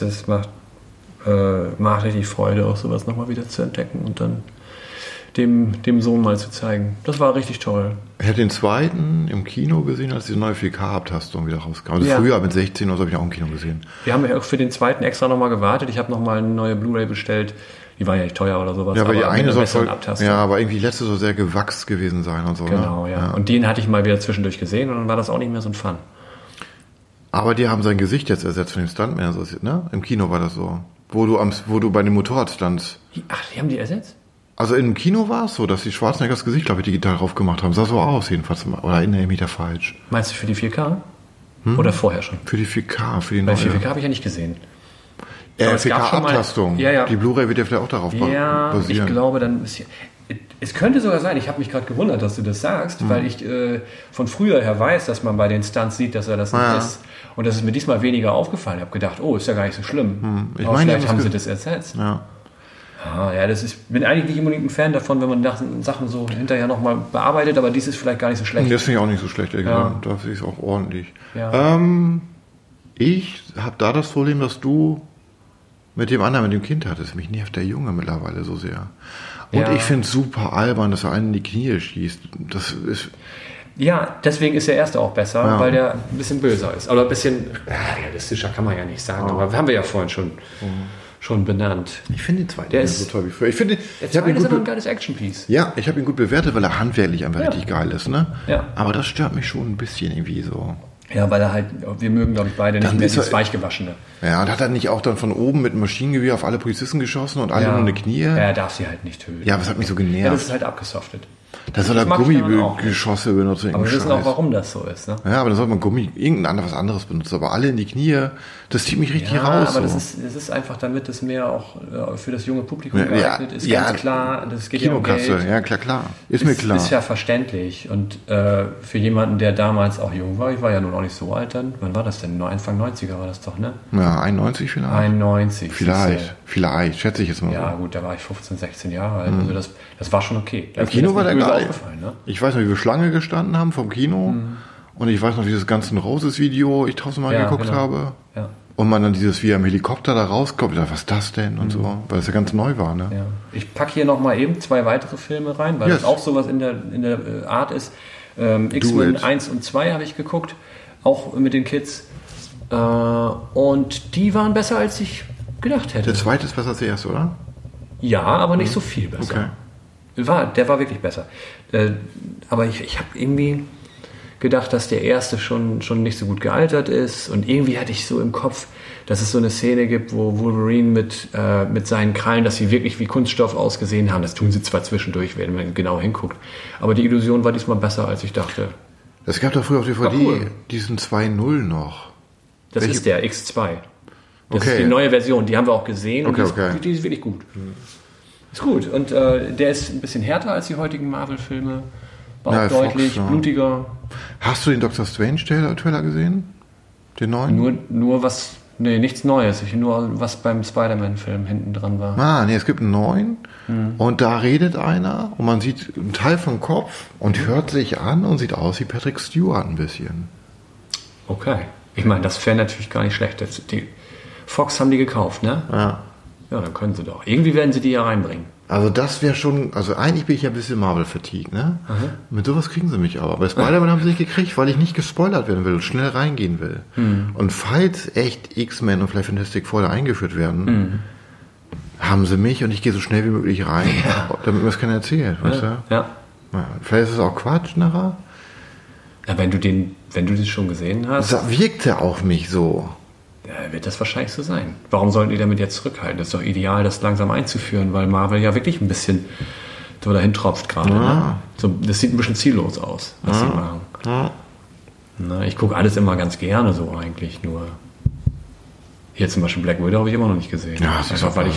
macht richtig Freude, auch sowas nochmal wieder zu entdecken und dann dem Sohn mal zu zeigen. Das war richtig toll. Ich habe den zweiten im Kino gesehen, als diese neue 4K-Abtastung wieder rauskam. Also früher mit 16 oder so habe ich auch im Kino gesehen. Wir haben ja auch für den zweiten extra nochmal gewartet. Ich habe nochmal eine neue Blu-ray bestellt. Die war ja nicht teuer oder sowas. Ja, aber die eine soll voll, Abtastung. ja, aber irgendwie die letzte soll sehr gewachst gewesen sein und so. Genau, ne? ja. Und den hatte ich mal wieder zwischendurch gesehen und dann war das auch nicht mehr so ein Fun. Aber die haben sein Gesicht jetzt ersetzt von dem Stuntman, ne? Im Kino war das so. Wo du bei dem Motorrad standst. Ach, die haben die ersetzt? Also im Kino war es so, dass die Schwarzeneggers Gesicht, glaube ich, digital drauf gemacht haben. Sah so aus jedenfalls. Oder erinnere ich mich da falsch? Meinst du für die 4K? Oder vorher schon? Für die 4K, für die Bei neue. 4K habe ich ja nicht gesehen. 4K-Abtastung. Ja. Die Blu-ray wird ja vielleicht auch darauf basieren. Ich glaube dann... Es könnte sogar sein, ich habe mich gerade gewundert, dass du das sagst, weil ich von früher her weiß, dass man bei den Stunts sieht, dass er das nicht ist. Und das ist mir diesmal weniger aufgefallen. Ich habe gedacht, ist ja gar nicht so schlimm. Aber vielleicht haben sie das ersetzt. Ja. Bin eigentlich nicht unbedingt ein Fan davon, wenn man Sachen so hinterher nochmal bearbeitet, aber dies ist vielleicht gar nicht so schlecht. Das finde ich auch nicht so schlecht, da finde ich es auch ordentlich. Ja. Ich habe da das Problem, dass du mit dem Kind hattest. Mich nervt der Junge mittlerweile so sehr. Und ich finde es super albern, dass er einen in die Knie schießt. Das ist... Ja, deswegen ist der erste auch besser, weil der ein bisschen böser ist. Oder ein bisschen realistischer kann man ja nicht sagen, aber haben wir ja vorhin schon benannt. Ich finde den zweiten nicht so toll wie früher. Der zweite ist aber ein geiles Action-Piece. Ja, ich habe ihn gut bewertet, weil er handwerklich einfach richtig geil ist. Ne? Ja. Aber das stört mich schon ein bisschen irgendwie so. Ja, weil wir mögen, glaube ich, beide nicht mehr dieses Weichgewaschene. Ja, und hat er nicht auch dann von oben mit einem Maschinengewehr auf alle Polizisten geschossen und alle nur in die Knie? Ja, er darf sie halt nicht töten. Ja, aber es hat mich so genervt. Ja, das ist halt abgesoftet. Da soll er Gummigeschosse benutzen. Aber wir wissen auch, warum das so ist. Ne? Ja, aber dann soll man was anderes benutzen. Aber alle in die Knie, das zieht mich richtig raus. Aber das ist einfach, damit es mehr auch für das junge Publikum geeignet ist. Ganz klar, das geht ja um Geld. Ja, klar. Ist mir klar. Ist ja verständlich. Und für jemanden, der damals auch jung war, ich war ja nun auch nicht so alt dann. Wann war das denn? Anfang 90er war das doch, ne? Ja, 91 vielleicht. 91. Vielleicht, schätze ich jetzt mal. Ja, gut, da war ich 15, 16 Jahre alt. Also das war schon okay. Im Kino war der geil. Ne? Ich weiß noch, wie wir Schlange gestanden haben vom Kino. Und ich weiß noch, wie das ganze Roses-Video ich tausendmal geguckt habe. Ja. Und man dann wie er im Helikopter da rauskommt. Ich dachte, was ist das denn? Und so. Weil das ja ganz neu war. Ne? Ja. Ich packe hier nochmal eben 2 weitere Filme rein, weil das auch sowas in der Art ist. X-Men 1 und 2 habe ich geguckt. Auch mit den Kids. Und die waren besser, als ich gedacht hätte. Der zweite ist besser als der erste, oder? Ja, aber nicht so viel besser. Okay. Der war wirklich besser. Aber ich habe irgendwie gedacht, dass der erste schon nicht so gut gealtert ist. Und irgendwie hatte ich so im Kopf, dass es so eine Szene gibt, wo Wolverine mit seinen Krallen, dass sie wirklich wie Kunststoff ausgesehen haben. Das tun sie zwar zwischendurch, wenn man genau hinguckt. Aber die Illusion war diesmal besser, als ich dachte. Es gab doch früher auf DVD diesen 2.0 noch. Das ist der X2. Das ist die neue Version. Die haben wir auch gesehen. Und die ist wirklich gut. Ist gut. Und der ist ein bisschen härter als die heutigen Marvel-Filme. War auch deutlich blutiger. Hast du den Doctor Strange-Trailer gesehen? Den neuen? Nur was... Nee, nichts Neues. Nur was beim Spider-Man-Film hinten dran war. Es gibt einen neuen. Und da redet einer und man sieht einen Teil vom Kopf und hört sich an und sieht aus wie Patrick Stewart ein bisschen. Okay. Ich meine, das wäre natürlich gar nicht schlecht. Die Fox haben die gekauft, ne? Ja. Ja, dann können sie doch. Irgendwie werden sie die ja reinbringen. Also das wäre schon, also eigentlich bin ich ja ein bisschen Marvel-Fatigue, ne? Mit sowas kriegen sie mich aber. Bei Spider-Man haben sie nicht gekriegt, weil ich nicht gespoilert werden will und schnell reingehen will. Und falls echt X-Men und vielleicht Fantastic Four da eingeführt werden, haben sie mich und ich gehe so schnell wie möglich rein, damit mir das keiner erzählt, weißt du? Ja. Vielleicht ist es auch Quatsch nachher. Ja, wenn du das schon gesehen hast. Das wirkt ja auf mich so. Ja, wird das wahrscheinlich so sein. Warum sollten die damit jetzt zurückhalten? Das ist doch ideal, das langsam einzuführen, weil Marvel ja wirklich ein bisschen so dahin tropft gerade. Ne? So, das sieht ein bisschen ziellos aus, was sie machen. Na, ich gucke alles immer ganz gerne so eigentlich, nur hier zum Beispiel Black Widow habe ich immer noch nicht gesehen. Ja, einfach weil ich nicht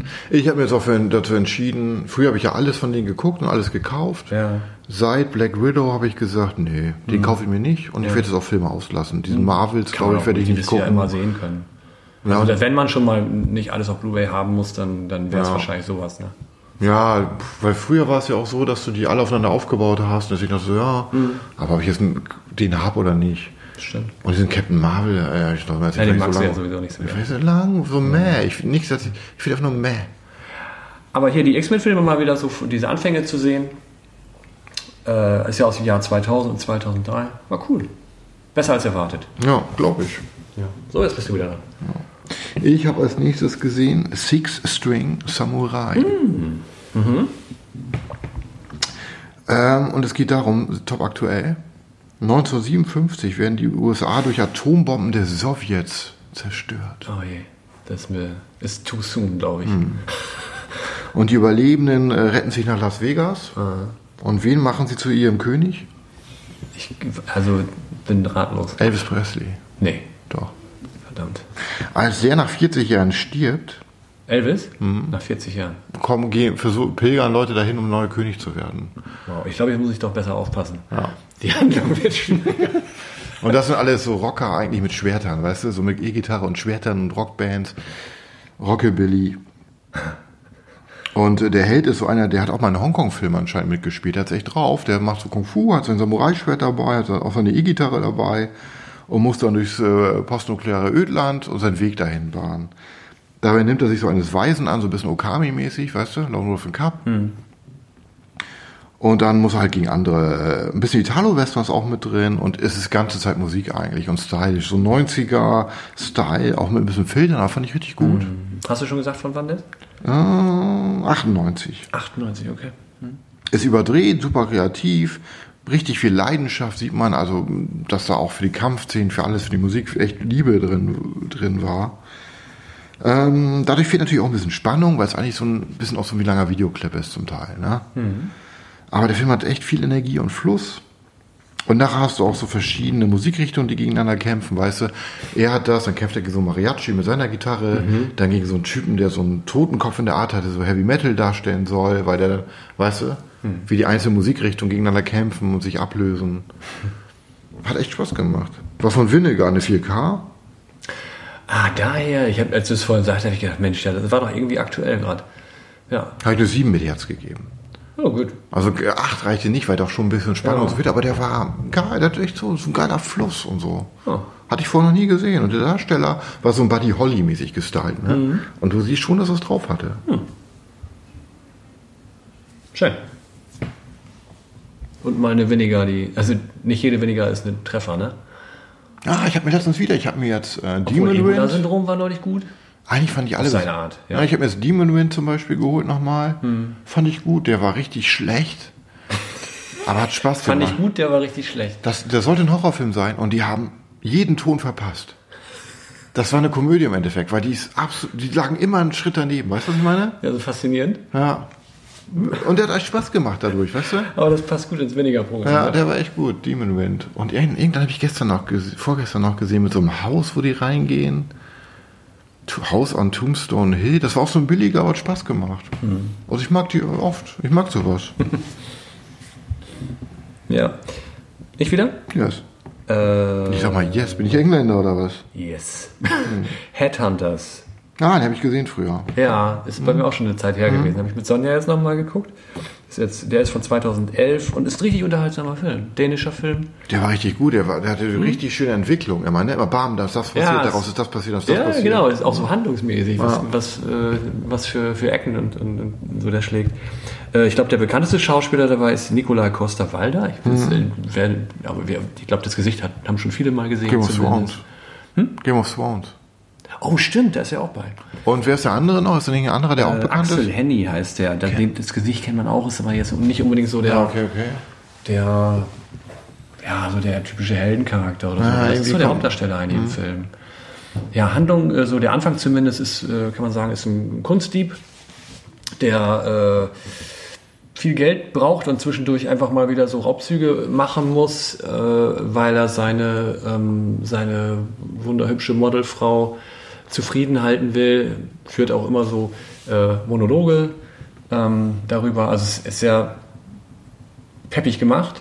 Ich habe mir jetzt auch dazu entschieden, früher habe ich ja alles von denen geguckt und alles gekauft. Ja. Seit Black Widow habe ich gesagt, nee, den kaufe ich mir nicht und ich werde jetzt auch Filme auslassen. Diesen Marvels, glaube ich, werde ich nicht gucken. Ja immer sehen können. Ja, also, wenn man schon mal nicht alles auf Blu-ray haben muss, dann wäre es wahrscheinlich sowas. Ne? Ja, weil früher war es ja auch so, dass du die alle aufeinander aufgebaut hast. Und ich dachte so, ja, aber ob ich jetzt den habe oder nicht. Stimmt. Und diesen Captain Marvel, ich glaube, den magst du ja sowieso nicht so gerne. Ich weiß lang, so meh. Ich finde einfach nur meh. Aber hier die X-Men-Filme mal wieder so diese Anfänge zu sehen, ist ja aus dem Jahr 2000 und 2003. War cool. Besser als erwartet. Ja, glaube ich. Ja. So, jetzt bist du wieder dran. Ja. Ich habe als nächstes gesehen Six String Samurai. Und es geht darum, top aktuell, 1957 werden die USA durch Atombomben der Sowjets zerstört. Oh je, das ist too soon, glaube ich. Und die Überlebenden retten sich nach Las Vegas. Und wen machen sie zu ihrem König? Ich bin ratlos. Elvis Presley. Nee. Doch. Verdammt. Als der nach 40 Jahren stirbt... Elvis? Nach 40 Jahren. Pilgern Leute dahin, um neuer König zu werden. Wow. Ich glaube, hier muss ich doch besser aufpassen. Ja. Die Handlung wird schwieriger. Und das sind alles so Rocker eigentlich mit Schwertern, weißt du? So mit E-Gitarre und Schwertern und Rockbands. Rockabilly. Und der Held ist so einer, der hat auch mal einen Hongkong-Film anscheinend mitgespielt. Der hat's echt drauf. Der macht so Kung-Fu, hat sein Samurai-Schwert dabei, hat auch seine E-Gitarre dabei und muss dann durchs postnukleare Ödland und seinen Weg dahin bahnen. Dabei nimmt er sich so eines Weisen an, so ein bisschen Okami-mäßig, weißt du, nur für den Cup. Und dann muss er halt gegen andere, ein bisschen Italo-Western ist auch mit drin und es ist ganze Zeit Musik eigentlich und stylisch. So 90er-Style, auch mit ein bisschen Filtern, aber fand ich richtig gut. Hast du schon gesagt, von wann das? 98. 98, okay. Ist überdreht, super kreativ, richtig viel Leidenschaft sieht man, also dass da auch für die Kampfszenen, für alles, für die Musik echt Liebe drin war. Dadurch fehlt natürlich auch ein bisschen Spannung, weil es eigentlich so ein bisschen auch so wie ein langer Videoclip ist zum Teil. Ne? Aber der Film hat echt viel Energie und Fluss. Und nachher hast du auch so verschiedene Musikrichtungen, die gegeneinander kämpfen, weißt du. Er hat das, dann kämpft er gegen so Mariachi mit seiner Gitarre, dann gegen so einen Typen, der so einen Totenkopf in der Art hatte, so Heavy Metal darstellen soll, weil der dann, weißt du, wie die einzelnen Musikrichtungen gegeneinander kämpfen und sich ablösen. Hat echt Spaß gemacht. War von Vinegar eine 4K. Daher, als du es vorhin sagst, habe ich gedacht, Mensch, das war doch irgendwie aktuell gerade. Ja. Habe ich nur 7 mit Herz gegeben. Oh, gut. Also 8 reichte nicht, weil doch schon ein bisschen Spannung und so wird, aber der war geil, der hat echt so ein geiler Fluss und so. Oh. Hatte ich vorher noch nie gesehen. Und der Darsteller war so ein Buddy Holly-mäßig gestylt. Ne? Und du siehst schon, dass er es drauf hatte. Schön. Und mal eine Vinegar, also nicht jede Vinegar ist ein Treffer, ne? Ich habe mir jetzt Demon Wind. Imponer-Syndrom war neulich gut. Eigentlich fand ich alle. Seine Art. Ja. Ich habe mir jetzt Demon Wind zum Beispiel geholt nochmal. Fand ich gut. Der war richtig schlecht. Aber hat Spaß gemacht. Fand ich gut, der war richtig schlecht. Der sollte ein Horrorfilm sein und die haben jeden Ton verpasst. Das war eine Komödie im Endeffekt, weil die lagen immer einen Schritt daneben. Weißt du, was ich meine? Ja, so faszinierend. Ja. Und der hat echt Spaß gemacht dadurch, weißt du? Aber das passt gut ins Vinegar-Programm. Ja, der war echt gut, Demon Wind. Und irgendwann habe ich vorgestern noch gesehen mit so einem Haus, wo die reingehen. Haus an Tombstone Hill. Das war auch so ein billiger, aber hat Spaß gemacht. Also ich mag die oft. Ich mag sowas. Ja. Ich wieder? Yes. Ich sag mal yes. Bin ich Engländer oder was? Yes. Headhunters. Den habe ich gesehen früher. Ja, ist bei mir auch schon eine Zeit her gewesen. Habe ich mit Sonja jetzt nochmal geguckt. Der ist von 2011 und ist ein richtig unterhaltsamer Film. Dänischer Film. Der war richtig gut. Der hatte eine richtig schöne Entwicklung. Er meinte immer, bam, das passiert, daraus ist das passiert, das passiert. Ja, genau. Ist auch so handlungsmäßig, was für Ecken und so der schlägt. Ich glaube, der bekannteste Schauspieler dabei ist Nikolai Coster-Waldau. Ich glaube, das Gesicht haben schon viele mal gesehen. Game of Thrones. Game of Thrones. Oh, stimmt, der ist ja auch bei. Und wer ist der andere noch? Ist da nicht ein anderer, der auch bekannt Axel ist? Henny heißt der. Das Gesicht kennt man auch, ist aber jetzt nicht unbedingt so der. So der typische Heldencharakter oder so. Das ist so der Hauptdarsteller in jedem Film. Ja, Handlung, so der Anfang zumindest ist, kann man sagen, ist ein Kunstdieb, der viel Geld braucht und zwischendurch einfach mal wieder so Raubzüge machen muss, weil er seine wunderhübsche Modelfrau zufrieden halten will, führt auch immer so Monologe darüber. Also es ist sehr peppig gemacht.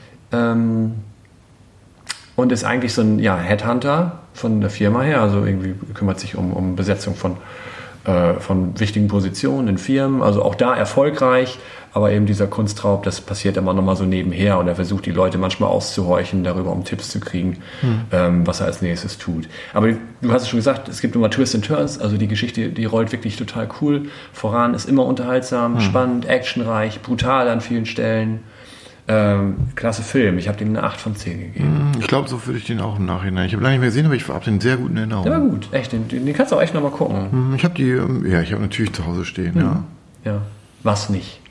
Und ist eigentlich so ein Headhunter von der Firma her, also irgendwie kümmert sich um Besetzung von wichtigen Positionen in Firmen, also auch da erfolgreich, aber eben dieser Kunstraub, das passiert immer noch mal so nebenher und er versucht die Leute manchmal auszuhorchen darüber, um Tipps zu kriegen, was er als nächstes tut. Aber du hast es schon gesagt, es gibt immer Twists and Turns, also die Geschichte, die rollt wirklich total cool voran, ist immer unterhaltsam, spannend, actionreich, brutal an vielen Stellen. Klasse Film. Ich habe dem eine 8 von 10 gegeben. Ich glaube, so würde ich den auch im Nachhinein. Ich habe lange nicht mehr gesehen, aber ich habe den sehr guten Erinnerungen. Der war gut, echt. Den kannst du auch echt nochmal gucken. Ich habe ich habe natürlich zu Hause stehen, ja. Ja. Was nicht?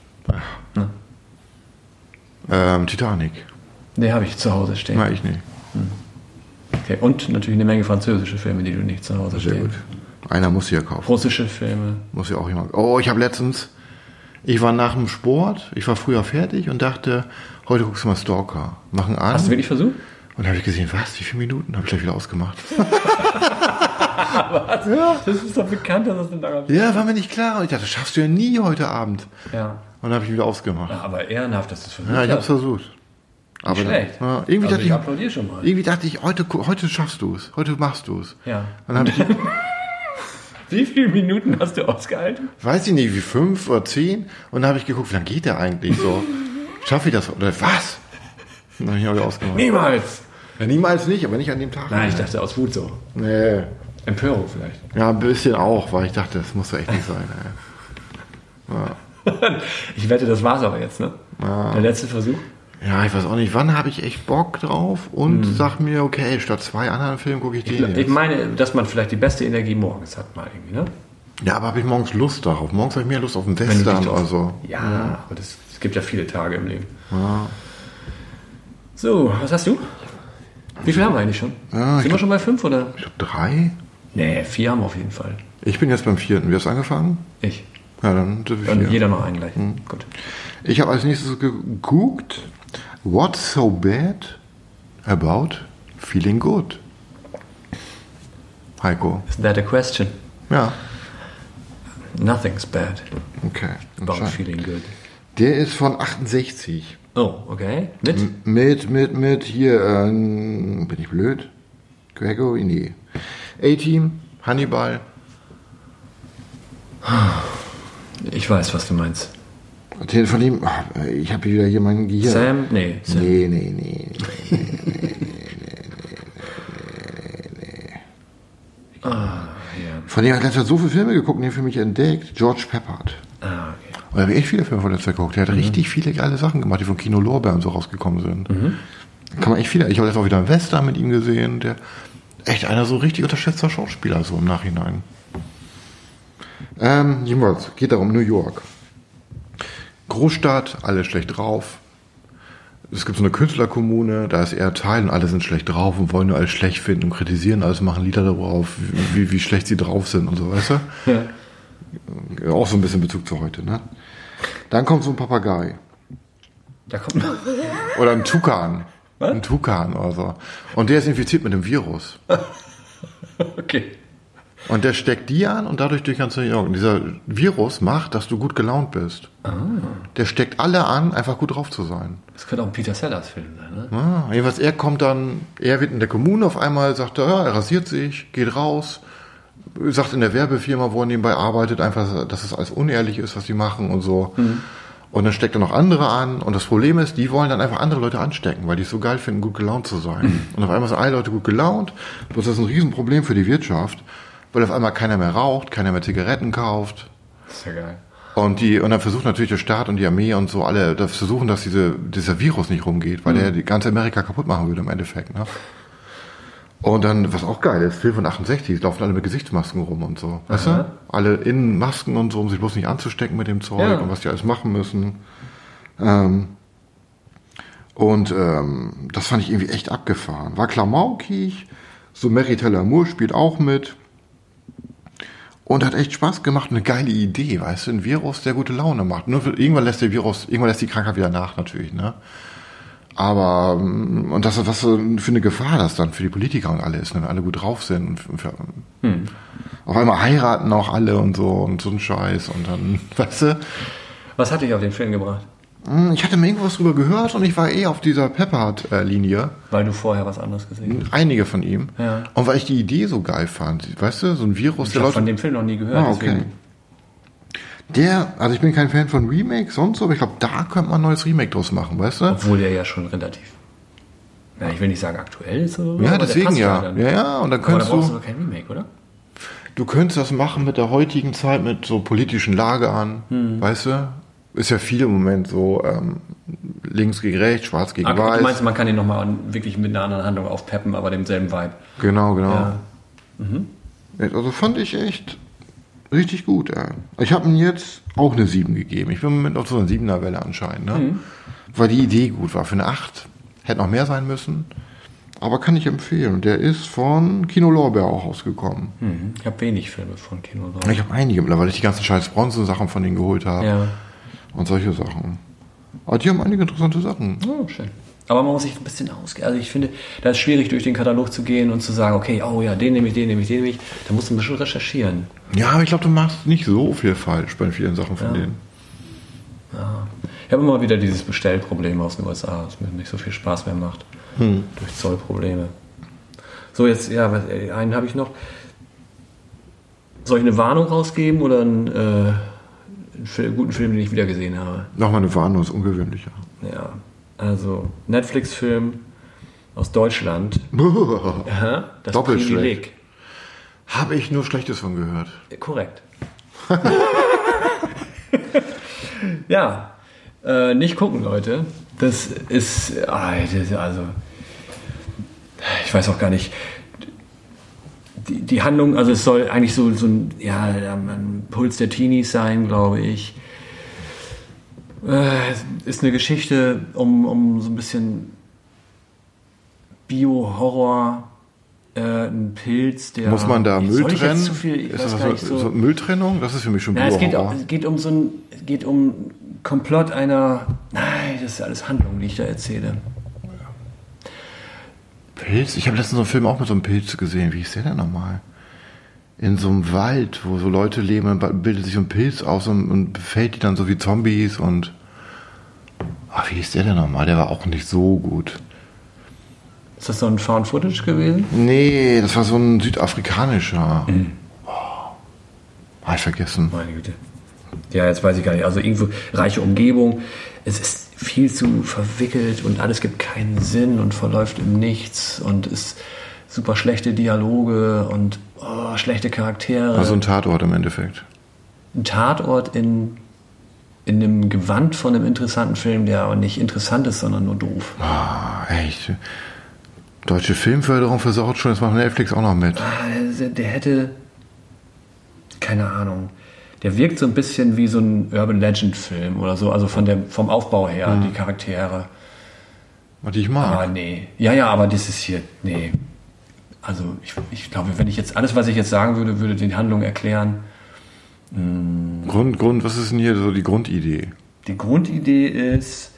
Titanic. Den habe ich zu Hause stehen. Nein, ich nicht. Okay. Und natürlich eine Menge französische Filme, die du nicht zu Hause stehen. Sehr gut. Einer muss sie ja kaufen. Russische Filme. Muss ja auch jemand. Oh, ich habe letztens... Ich war nach dem Sport, ich war früher fertig und dachte, heute guckst du mal Stalker. Machen an. Hast du wirklich versucht? Und da habe ich gesehen, was, wie viele Minuten? Habe ich gleich wieder ausgemacht. Was? Ja. Das ist doch bekannt, dass das denn daran ist. Ja, war mir nicht klar. Und ich dachte, das schaffst du ja nie heute Abend. Ja. Und dann habe ich wieder ausgemacht. Ja, aber ehrenhaft, dass du es versucht hast. Ja, ich habe es versucht. Aber nicht schlecht. Dann, irgendwie also ich applaudiere schon mal. Irgendwie dachte ich, heute schaffst du es. Heute machst du es. Ja. Dann habe ich... Wie viele Minuten hast du ausgehalten? Weiß ich nicht, wie 5 oder 10. Und dann habe ich geguckt, wie lange geht der eigentlich so? Schaffe ich das? Oder was? Und dann habe ich ausgemacht. Niemals! Ja, niemals nicht, aber nicht an dem Tag. Nein, ich dachte aus Wut so. Nee. Empörung vielleicht. Ja, ein bisschen auch, weil ich dachte, das muss doch echt nicht sein. Ja. Ich wette, das war's aber jetzt, ne? Ja. Der letzte Versuch. Ja, ich weiß auch nicht, wann habe ich echt Bock drauf und sag mir, okay, statt 2 anderen Filmen gucke ich den jetzt. Ich meine, dass man vielleicht die beste Energie morgens hat mal irgendwie, ne? Ja, aber habe ich morgens Lust darauf? Morgens habe ich mehr Lust auf den Western oder so. Ja, aber es gibt ja viele Tage im Leben. Ja. So, was hast du? Wie viel haben wir eigentlich schon? Ja, Sind wir schon bei 5 oder? Ich glaube 3. Nee, 4 haben wir auf jeden Fall. Ich bin jetzt beim 4. Wie hast du angefangen? Ich. Ja, dann sind wir Und 4. jeder noch einen gleich. Gut. Ich habe als nächstes geguckt, What's so bad about feeling good? Heiko. Isn't that a question? Ja. Nothing's bad Okay. about feeling good. Der ist von 68. Oh, okay. Mit hier, bin ich blöd? Gregory? Nee. A-Team, Hannibal. Ich weiß, was du meinst. Von ihm, ich habe wieder hier mein Gehirn. Sam? Nee. Sam. Nee. Ja. Von dem hat letztes Jahr so viele Filme geguckt und den für mich entdeckt. George Peppard. Okay. Und da habe ich echt viele Filme von letztes Jahr geguckt. Der hat richtig viele geile Sachen gemacht, die von Kino Lorbeer so rausgekommen sind. Kann man echt viele. Ich habe jetzt auch wieder einen Western mit ihm gesehen. Der echt einer so richtig unterschätzter Schauspieler so im Nachhinein. Jedenfalls geht darum New York. Großstadt, alle schlecht drauf. Es gibt so eine Künstlerkommune, da ist eher Teil und alle sind schlecht drauf und wollen nur alles schlecht finden und kritisieren alles, machen Lieder darauf, wie schlecht sie drauf sind und so, weißt du? Ja. Auch so ein bisschen Bezug zu heute, ne? Dann kommt so ein Papagei. Da kommt noch. Oder ein Tukan. Was? Ein Tukan oder so. Und der ist infiziert mit dem Virus. Okay. Und der steckt die an und dadurch durch ganz New York. Und dieser Virus macht, dass du gut gelaunt bist. Der steckt alle an, einfach gut drauf zu sein. Das könnte auch ein Peter Sellers Film sein, ne? Ah, jedenfalls er wird in der Kommune auf einmal, sagt er rasiert sich, geht raus, sagt in der Werbefirma, wo er nebenbei arbeitet, einfach, dass es alles unehrlich ist, was sie machen und so. Und dann steckt er noch andere an und das Problem ist, die wollen dann einfach andere Leute anstecken, weil die es so geil finden, gut gelaunt zu sein. Und auf einmal sind alle Leute gut gelaunt, das ist ein Riesenproblem für die Wirtschaft, weil auf einmal keiner mehr raucht, keiner mehr Zigaretten kauft. Das ist ja geil. Und dann versucht natürlich der Staat und die Armee und so alle das versuchen, dass dieser Virus nicht rumgeht, weil der die ganze Amerika kaputt machen würde im Endeffekt. Ne? Und dann, was auch geil ist, Film von 68, laufen alle mit Gesichtsmasken rum und so. Weißt du? Alle in Masken und so, um sich bloß nicht anzustecken mit dem Zeug und was die alles machen müssen. Das fand ich irgendwie echt abgefahren. War klamaukig, so Mary Tyler Moore spielt auch mit. Und hat echt Spaß gemacht, eine geile Idee, weißt du, ein Virus, der gute Laune macht. Nur irgendwann lässt die Krankheit wieder nach, natürlich, ne? Aber, und das, was für eine Gefahr das dann für die Politiker und alle ist, wenn alle gut drauf sind. Auf einmal heiraten auch alle und so ein Scheiß und dann, weißt du? Was hat dich auf den Film gebracht? Ich hatte mir irgendwas drüber gehört und ich war auf dieser Peppard-Linie. Weil du vorher was anderes gesehen hast. Einige von ihm. Ja. Und weil ich die Idee so geil fand. Weißt du, so ein Virus, Ich habe von dem Film noch nie gehört. Okay. Also ich bin kein Fan von Remakes sonst so, aber ich glaube, da könnte man ein neues Remake draus machen, weißt du? Obwohl der ja schon relativ, ja, ich will nicht sagen aktuell ist oder so. Ja, aber deswegen der passt ja. dann. Ja, und dann Aber da könntest brauchst du du... doch kein Remake, oder? Du könntest das machen mit der heutigen Zeit, mit so politischen Lagern, weißt du? Ist ja viel im Moment so links gegen rechts, schwarz gegen weiß. Du meinst, man kann ihn nochmal wirklich mit einer anderen Handlung aufpeppen, aber demselben Vibe. Genau. Ja. Also fand ich echt richtig gut. Ich habe ihm jetzt auch eine 7 gegeben. Ich bin im Moment auf so einer 7er-Welle anscheinend. Ne? Weil die Idee gut war. Für eine 8 hätte noch mehr sein müssen. Aber kann ich empfehlen. Der ist von Kino Lorbeer auch rausgekommen. Ich habe wenig Filme von Kino Lorbeer. Ich habe einige mittlerweile, weil ich die ganzen scheiß Bronzen-Sachen von denen geholt habe. Ja. Und solche Sachen. Aber die haben einige interessante Sachen. Oh, schön. Aber man muss sich ein bisschen auskennen. Also ich finde, da ist schwierig, durch den Katalog zu gehen und zu sagen, okay, oh ja, den nehme ich. Da musst du ein bisschen recherchieren. Ja, aber ich glaube, du machst nicht so viel falsch bei vielen Sachen von denen. Ja. Ich habe immer wieder dieses Bestellproblem aus den USA, das mir nicht so viel Spaß mehr macht. Durch Zollprobleme. So, jetzt, ja, einen habe ich noch. Soll ich eine Warnung rausgeben oder einen guten Film, den ich wieder gesehen habe? Nochmal eine Warnung, ist ungewöhnlicher. Ja, also Netflix-Film aus Deutschland. Aha, das Doppelt Privileg. schlecht. Habe ich nur Schlechtes von gehört. Korrekt. Ja, nicht gucken, Leute. Das ist, also, ich weiß auch gar nicht. Die Handlung, also es soll eigentlich so ein Puls der Teenies sein, glaube ich. Ist eine Geschichte um so ein bisschen Bio-Horror, ein Pilz, der... Muss man da Müll trennen? Zu viel, ist das so Mülltrennung? Das ist für mich schon Bio-Horror. Es geht um Komplott einer... Nein, das ist alles Handlung, die ich da erzähle. Pilz? Ich habe letztens so einen Film auch mit so einem Pilz gesehen. Wie ist der denn nochmal? In so einem Wald, wo so Leute leben, dann bildet sich so ein Pilz aus und befällt die dann so wie Zombies und... wie ist der denn nochmal? Der war auch nicht so gut. Ist das so ein Found Footage gewesen? Nee, das war so ein südafrikanischer. Hab ich vergessen. Meine Güte. Ja, jetzt weiß ich gar nicht. Also irgendwo reiche Umgebung. Es ist viel zu verwickelt und alles gibt keinen Sinn und verläuft im Nichts und ist super schlechte Dialoge und schlechte Charaktere. Also ein Tatort im Endeffekt. Ein Tatort in einem Gewand von einem interessanten Film, der aber nicht interessant ist, sondern nur doof. Echt. Deutsche Filmförderung versaut schon, das macht Netflix auch noch mit. Der hätte... Keine Ahnung. Der wirkt so ein bisschen wie so ein Urban Legend Film oder so, also vom Aufbau her, die Charaktere. Was ich mag. Nee. Ja, aber das ist hier, nee. Also ich glaube, wenn ich jetzt, alles was ich jetzt sagen würde die Handlung erklären. Was ist denn hier so die Grundidee? Die Grundidee ist,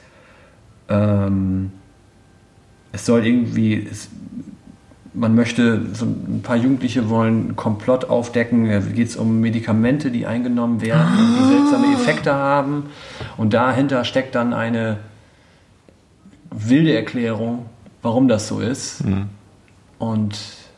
es soll irgendwie... Man möchte, so ein paar Jugendliche wollen einen Komplott aufdecken. Da geht es um Medikamente, die eingenommen werden, die seltsame Effekte haben. Und dahinter steckt dann eine wilde Erklärung, warum das so ist. Und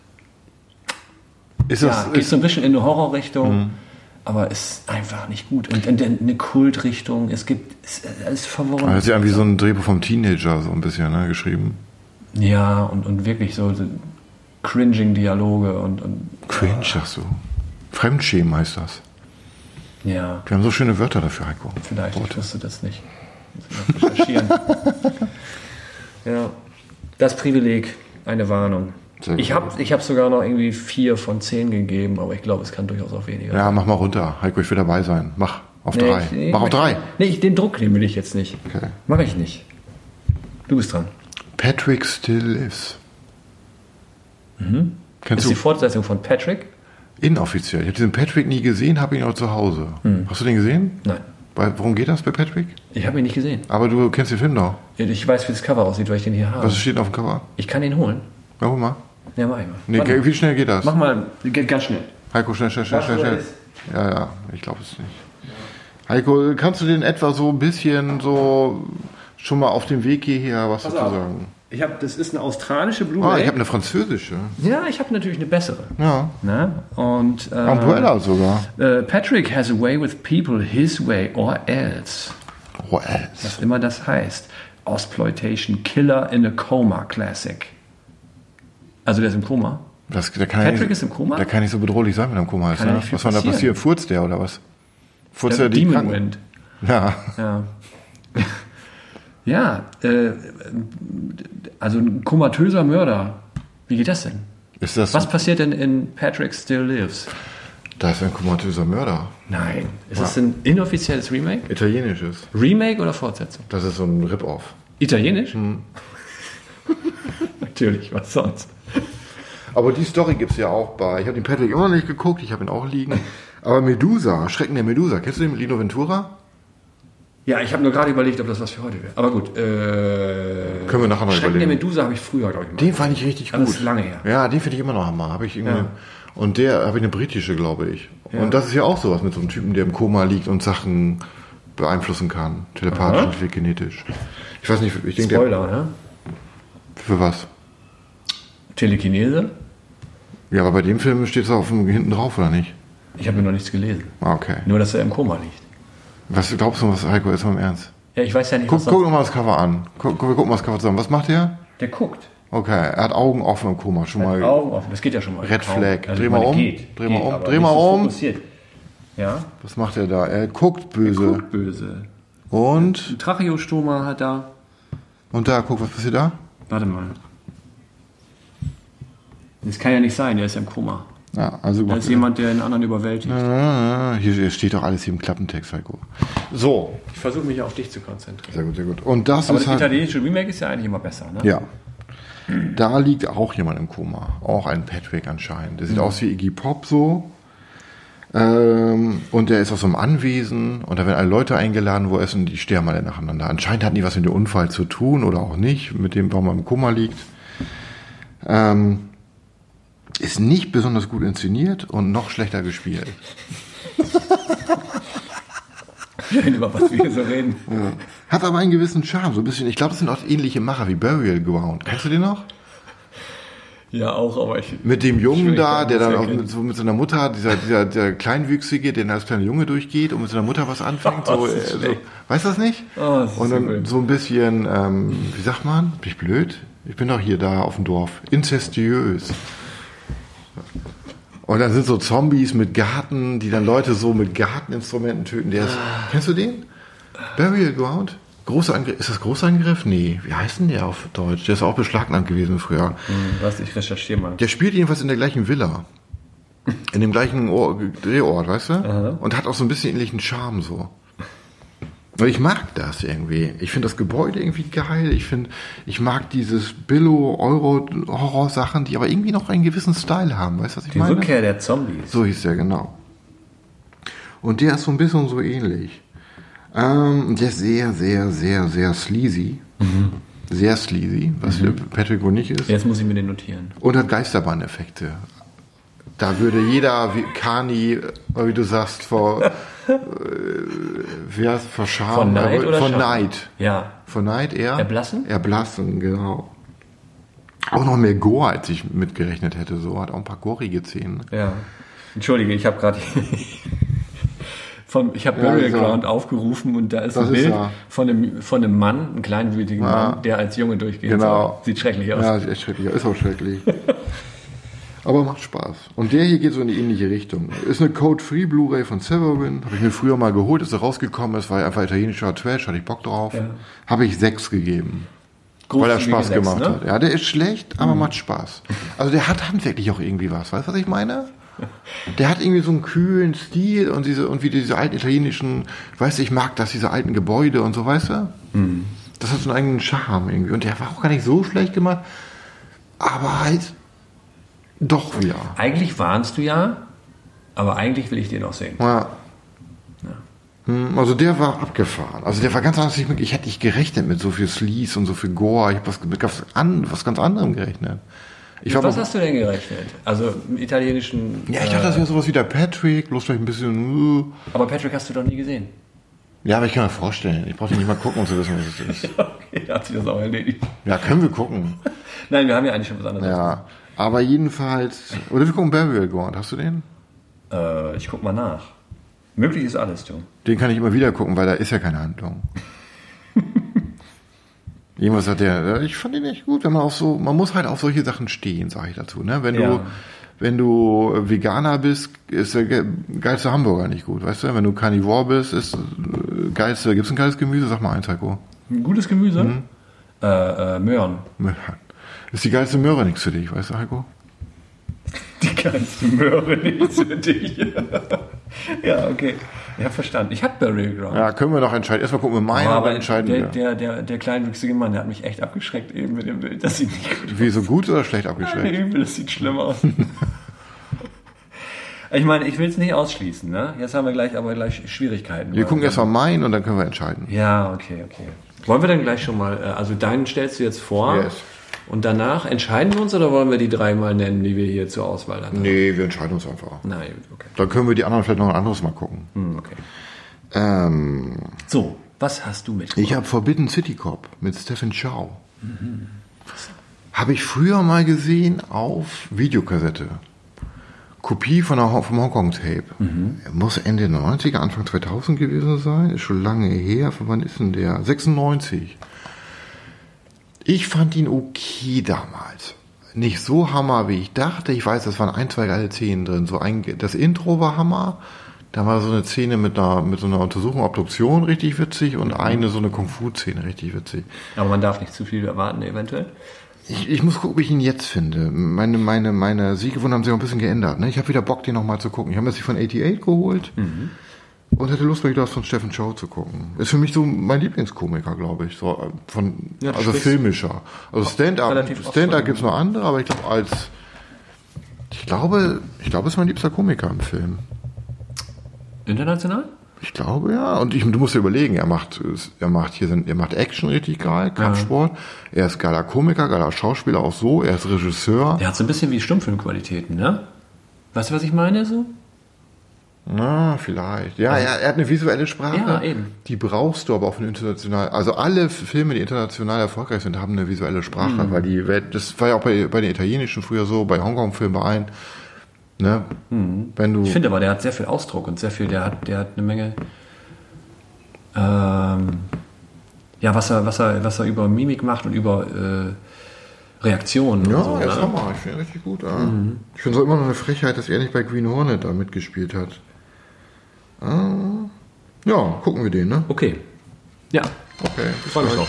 geht so ein bisschen in eine Horrorrichtung, aber ist einfach nicht gut. Und in eine Kultrichtung. Es ist alles verworren. Das ist ja wie so ein Drehbuch vom Teenager, so ein bisschen, ne, geschrieben. Ja, und wirklich so Cringing-Dialoge und Cringe, sagst du? Fremdschämen heißt das. Ja. Wir haben so schöne Wörter dafür, Heiko. Vielleicht, ich wusste das nicht. Muss ich mal recherchieren. Ja. Das Privileg, eine Warnung. Ich hab sogar noch irgendwie 4 von 10 gegeben, aber ich glaube, es kann durchaus auch weniger. Ja, mach mal runter. Heiko, ich will dabei sein. Mach auf 3. Mach auf 3. Nee, den Druck will ich jetzt nicht. Okay. Mach ich nicht. Du bist dran. Patrick Still Lives. Kennst Ist du? die Fortsetzung von Patrick? Inoffiziell. Ich habe diesen Patrick nie gesehen, habe ihn auch zu Hause. Hast du den gesehen? Nein. Worum geht das bei Patrick? Ich habe ihn nicht gesehen. Aber du kennst den Film doch. Ich weiß, wie das Cover aussieht, weil ich den hier habe. Was steht denn auf dem Cover? Ich kann ihn holen. Ja, hol mal. Ja, mach ich mal. Nee, wie schnell geht das? Mach mal, geht ganz schnell. Heiko, schnell. Ja, ich glaube es nicht. Heiko, kannst du den etwa so ein bisschen so schon mal auf dem Weg hierher was dazu sagen? Das ist eine australische Blu-ray. Ich habe eine französische. Ja, ich habe natürlich eine bessere. Ja. Na? Und Umbrella sogar. Patrick has a way with people his way or else. Or else. Was immer das heißt. Exploitation Killer in a Coma Classic. Also der ist im Koma. Patrick ist im Koma? Der kann nicht so bedrohlich sein, wenn er im Koma ist. Ne? Was war da passiert? Furzt der oder was? Furzt der Demon Wind. Ja. Ja, also ein komatöser Mörder. Wie geht das denn? Was passiert denn in Patrick Still Lives? Da ist ein komatöser Mörder. Nein. Ist das ein inoffizielles Remake? Italienisches. Remake oder Fortsetzung? Das ist so ein Rip-Off. Italienisch? Natürlich, was sonst? Aber die Story gibt es ja auch bei. Ich habe den Patrick immer noch nicht geguckt, ich habe ihn auch liegen. Aber Medusa, Schrecken der Medusa. Kennst du den mit Lino Ventura? Ja, ich habe nur gerade überlegt, ob das was für heute wäre. Aber gut. Können wir nachher mal Schrecken überlegen. der Medusa habe ich früher, glaube ich, mal. Den fand ich richtig gut. Das ist lange her. Ja, den finde ich immer noch Hammer. Habe ich irgendwie. Ja. Und der habe ich eine britische, glaube ich. Ja. Und das ist ja auch sowas mit so einem Typen, der im Koma liegt und Sachen beeinflussen kann. Telepathisch und genetisch. Ich weiß nicht, ich denke. Spoiler, ne? Für was? Telekinese? Ja, aber bei dem Film steht es auch hinten drauf, oder nicht? Ich habe mir noch nichts gelesen. Okay. Nur, dass er im Koma liegt. Was glaubst du, was Heiko ist mal im Ernst? Ja, ich weiß ja nicht, Guck doch mal das Cover an. Wir gucken mal das Cover zusammen. Was macht der? Der guckt. Okay, er hat Augen offen im Koma. Schon mal. Augen offen, das geht ja schon mal. Red Flag. Also Dreh mal um. Dreh mal um. Ja. Was macht er da? Er guckt böse. Er guckt böse. Und? Ein Tracheostoma hat da. Und da, guck, was passiert da? Warte mal. Das kann ja nicht sein, der ist ja im Koma. Ja, also da ist jemand, der den anderen überwältigt. Hier steht doch alles hier im Klappentext, Heiko. So. Ich versuche mich auf dich zu konzentrieren. Sehr gut, sehr gut. Und das aber ist das italienische Remake ist ja eigentlich immer besser, ne? Ja. Da liegt auch jemand im Koma. Auch ein Patrick anscheinend. Der sieht aus wie Iggy Pop so. Und der ist aus so einem Anwesen. Und da werden alle Leute eingeladen, wo er ist, und die sterben alle nacheinander. Anscheinend hatten die was mit dem Unfall zu tun oder auch nicht, mit dem, warum er im Koma liegt. Ist nicht besonders gut inszeniert und noch schlechter gespielt. Über was wir so reden. Ja. Hat aber einen gewissen Charme, so ein bisschen. Ich glaube, das sind auch ähnliche Macher wie Burial Ground. Kennst du den noch? Ja, auch, aber ich... Mit dem Jungen da, der dann auch mit seiner Mutter, der Kleinwüchsige, der als kleiner Junge durchgeht und mit seiner Mutter was anfängt. So, weißt du das nicht? Oh, das und dann so ein bisschen, wie sagt man? Bin ich blöd? Ich bin doch hier da auf dem Dorf. Inzestiös. Und dann sind so Zombies mit Garten, die dann Leute so mit Garteninstrumenten töten. Kennst du den? Burial Ground? Großangriff. Ist das Großangriff? Nee. Wie heißt denn der auf Deutsch? Der ist auch beschlagnahmt gewesen früher. Ich recherchiere mal. Der spielt jedenfalls in der gleichen Villa. In dem gleichen Drehort, weißt du? Aha. Und hat auch so ein bisschen ähnlichen Charme so. Weil ich mag das irgendwie. Ich finde das Gebäude irgendwie geil. Ich mag dieses Billo-Euro-Horror-Sachen, die aber irgendwie noch einen gewissen Style haben. Weißt du, was ich meine? Die Rückkehr der Zombies. So hieß der, genau. Und der ist so ein bisschen so ähnlich. Der ist sehr, sehr, sehr, sehr sleazy. Mhm. Sehr sleazy, was für Patrick wohl nicht ist. Jetzt muss ich mir den notieren. Und hat Geisterbahneffekte. Da würde jeder wie Kani, wie du sagst, vor Scham. Von Neid oder Von Scham? Neid. Ja. Von Neid eher. Erblassen? Erblassen, genau. Auch noch mehr Gore, als ich mitgerechnet hätte. So hat auch ein paar gorige Szenen. Ja. Entschuldige, ich habe gerade ich habe Burial Ground aufgerufen und da ist ein Bild von einem Mann, einem kleinwütigen Mann, der als Junge durchgeht. Genau. So. Sieht schrecklich aus. Ja, sieht echt schrecklich aus. Ist auch schrecklich. Aber macht Spaß. Und der hier geht so in die ähnliche Richtung. Ist eine Code-Free Blu-ray von Severin. Habe ich mir früher mal geholt, als er rausgekommen ist. War einfach italienischer Trash, hatte ich Bock drauf. Ja. Habe ich 6 gegeben. Weil er Spaß gemacht hat. Ja, der ist schlecht, aber macht Spaß. Also der hat handwerklich auch irgendwie was. Weißt du, was ich meine? Der hat irgendwie so einen kühlen Stil und wie diese alten italienischen, weißt du, ich mag das, diese alten Gebäude und so, weißt du? Mhm. Das hat so einen eigenen Charme irgendwie. Und der war auch gar nicht so schlecht gemacht. Aber halt doch wieder. Eigentlich warnst du ja, aber eigentlich will ich den auch sehen. Ja. Also der war abgefahren. Also der war ganz anders. Ich hätte nicht gerechnet mit so viel Sleaze und so viel Gore. Ich habe mit was ganz anderem gerechnet. Was hast du denn gerechnet? Also im italienischen... Ja, ich dachte, das wäre sowas wie der Patrick, bloß vielleicht ein bisschen... Aber Patrick hast du doch nie gesehen. Ja, aber ich kann mir vorstellen. Ich brauche nicht mal gucken, um zu wissen, was es ist. Okay, hat sich das auch erledigt. Ja, können wir gucken. Nein, wir haben ja eigentlich schon was anderes. Ja, aber jedenfalls... Oder wir gucken Burial Ground. Hast du den? Ich guck mal nach. Möglich ist alles, du. Den kann ich immer wieder gucken, weil da ist ja keine Handlung. Irgendwas hat der... Ich fand ihn echt gut, wenn man man muss halt auf solche Sachen stehen, sage ich dazu. Ne? Wenn du Veganer bist, ist der geilste Hamburger nicht gut, weißt du? Wenn du Carnivore bist, ist geilste... Gibt's ein geiles Gemüse? Sag mal eins, Heiko. Ein gutes Gemüse? Möhren. Möhren. Ist die geilste Möhre nichts für dich, weißt du, Heiko? Die geilste Möhre nichts für dich. Ja, okay. Ich habe verstanden. Ich habe Burial Ground. Ja, können wir noch entscheiden. Erstmal gucken wir meinen, aber entscheiden wir. Der kleinwüchsige Mann, der hat mich echt abgeschreckt eben mit dem Bild. Das sieht nicht gut aus. Wie, so gut oder schlecht abgeschreckt? Nein, das sieht schlimm aus. Ich meine, ich will es nicht ausschließen. Ne? Jetzt haben wir gleich Schwierigkeiten. Wir gucken erstmal meinen und dann können wir entscheiden. Ja, okay. Wollen wir dann gleich schon mal, also deinen stellst du jetzt vor? Yes. Und danach entscheiden wir uns oder wollen wir die 3 mal nennen, die wir hier zur Auswahl dann haben? Nee, wir entscheiden uns einfach. Nein, okay. Dann können wir die anderen vielleicht noch ein anderes Mal gucken. Okay. So, was hast du mitgebracht? Ich habe Forbidden City Cop mit Stephen Chow. Habe ich früher mal gesehen auf Videokassette. Kopie vom Hongkong-Tape. Muss Ende der 90er, Anfang 2000 gewesen sein. Ist schon lange her. Von wann ist denn der? 96. Ich fand ihn okay damals. Nicht so Hammer, wie ich dachte. Ich weiß, es waren 1, 2 geile Szenen drin. Das Intro war Hammer. Da war so eine Szene mit so einer Untersuchung, Obduktion richtig witzig und so eine Kung-Fu-Szene richtig witzig. Aber man darf nicht zu viel erwarten, eventuell. Ich muss gucken, wie ich ihn jetzt finde. Meine Sehgewohnheiten haben sich auch ein bisschen geändert. Ne? Ich habe wieder Bock, den nochmal zu gucken. Ich habe mir das von 88 geholt. Und hätte Lust, das von Stephen Chow zu gucken. Ist für mich so mein Lieblingskomiker, glaube ich. So also filmischer. Also Stand-up gibt es noch andere, aber ich glaube, es ist mein liebster Komiker im Film. International? Ich glaube, ja. Und du musst dir überlegen, er macht Action richtig geil, Kampfsport. Er ist geiler Komiker, geiler Schauspieler auch so. Er ist Regisseur. Der hat so ein bisschen wie Stummfilmqualitäten, ne? Weißt du, was ich meine so? Na, vielleicht. Ja, er hat eine visuelle Sprache. Ja, eben. Die brauchst du aber auch für international. Also alle Filme, die international erfolgreich sind, haben eine visuelle Sprache, weil die Welt, das war ja auch bei den italienischen früher so, bei Hongkong-Filmen bei allen. Ne? Ich finde aber, der hat sehr viel Ausdruck und der hat eine Menge, was er über Mimik macht und über Reaktionen. Ja, so, ist Hammer. Ich finde ihn richtig gut. Ja. Ich finde es auch immer noch eine Frechheit, dass er nicht bei Green Hornet da mitgespielt hat. Ja, gucken wir den, ne? Okay. Ja. Okay. Ich freue mich drauf.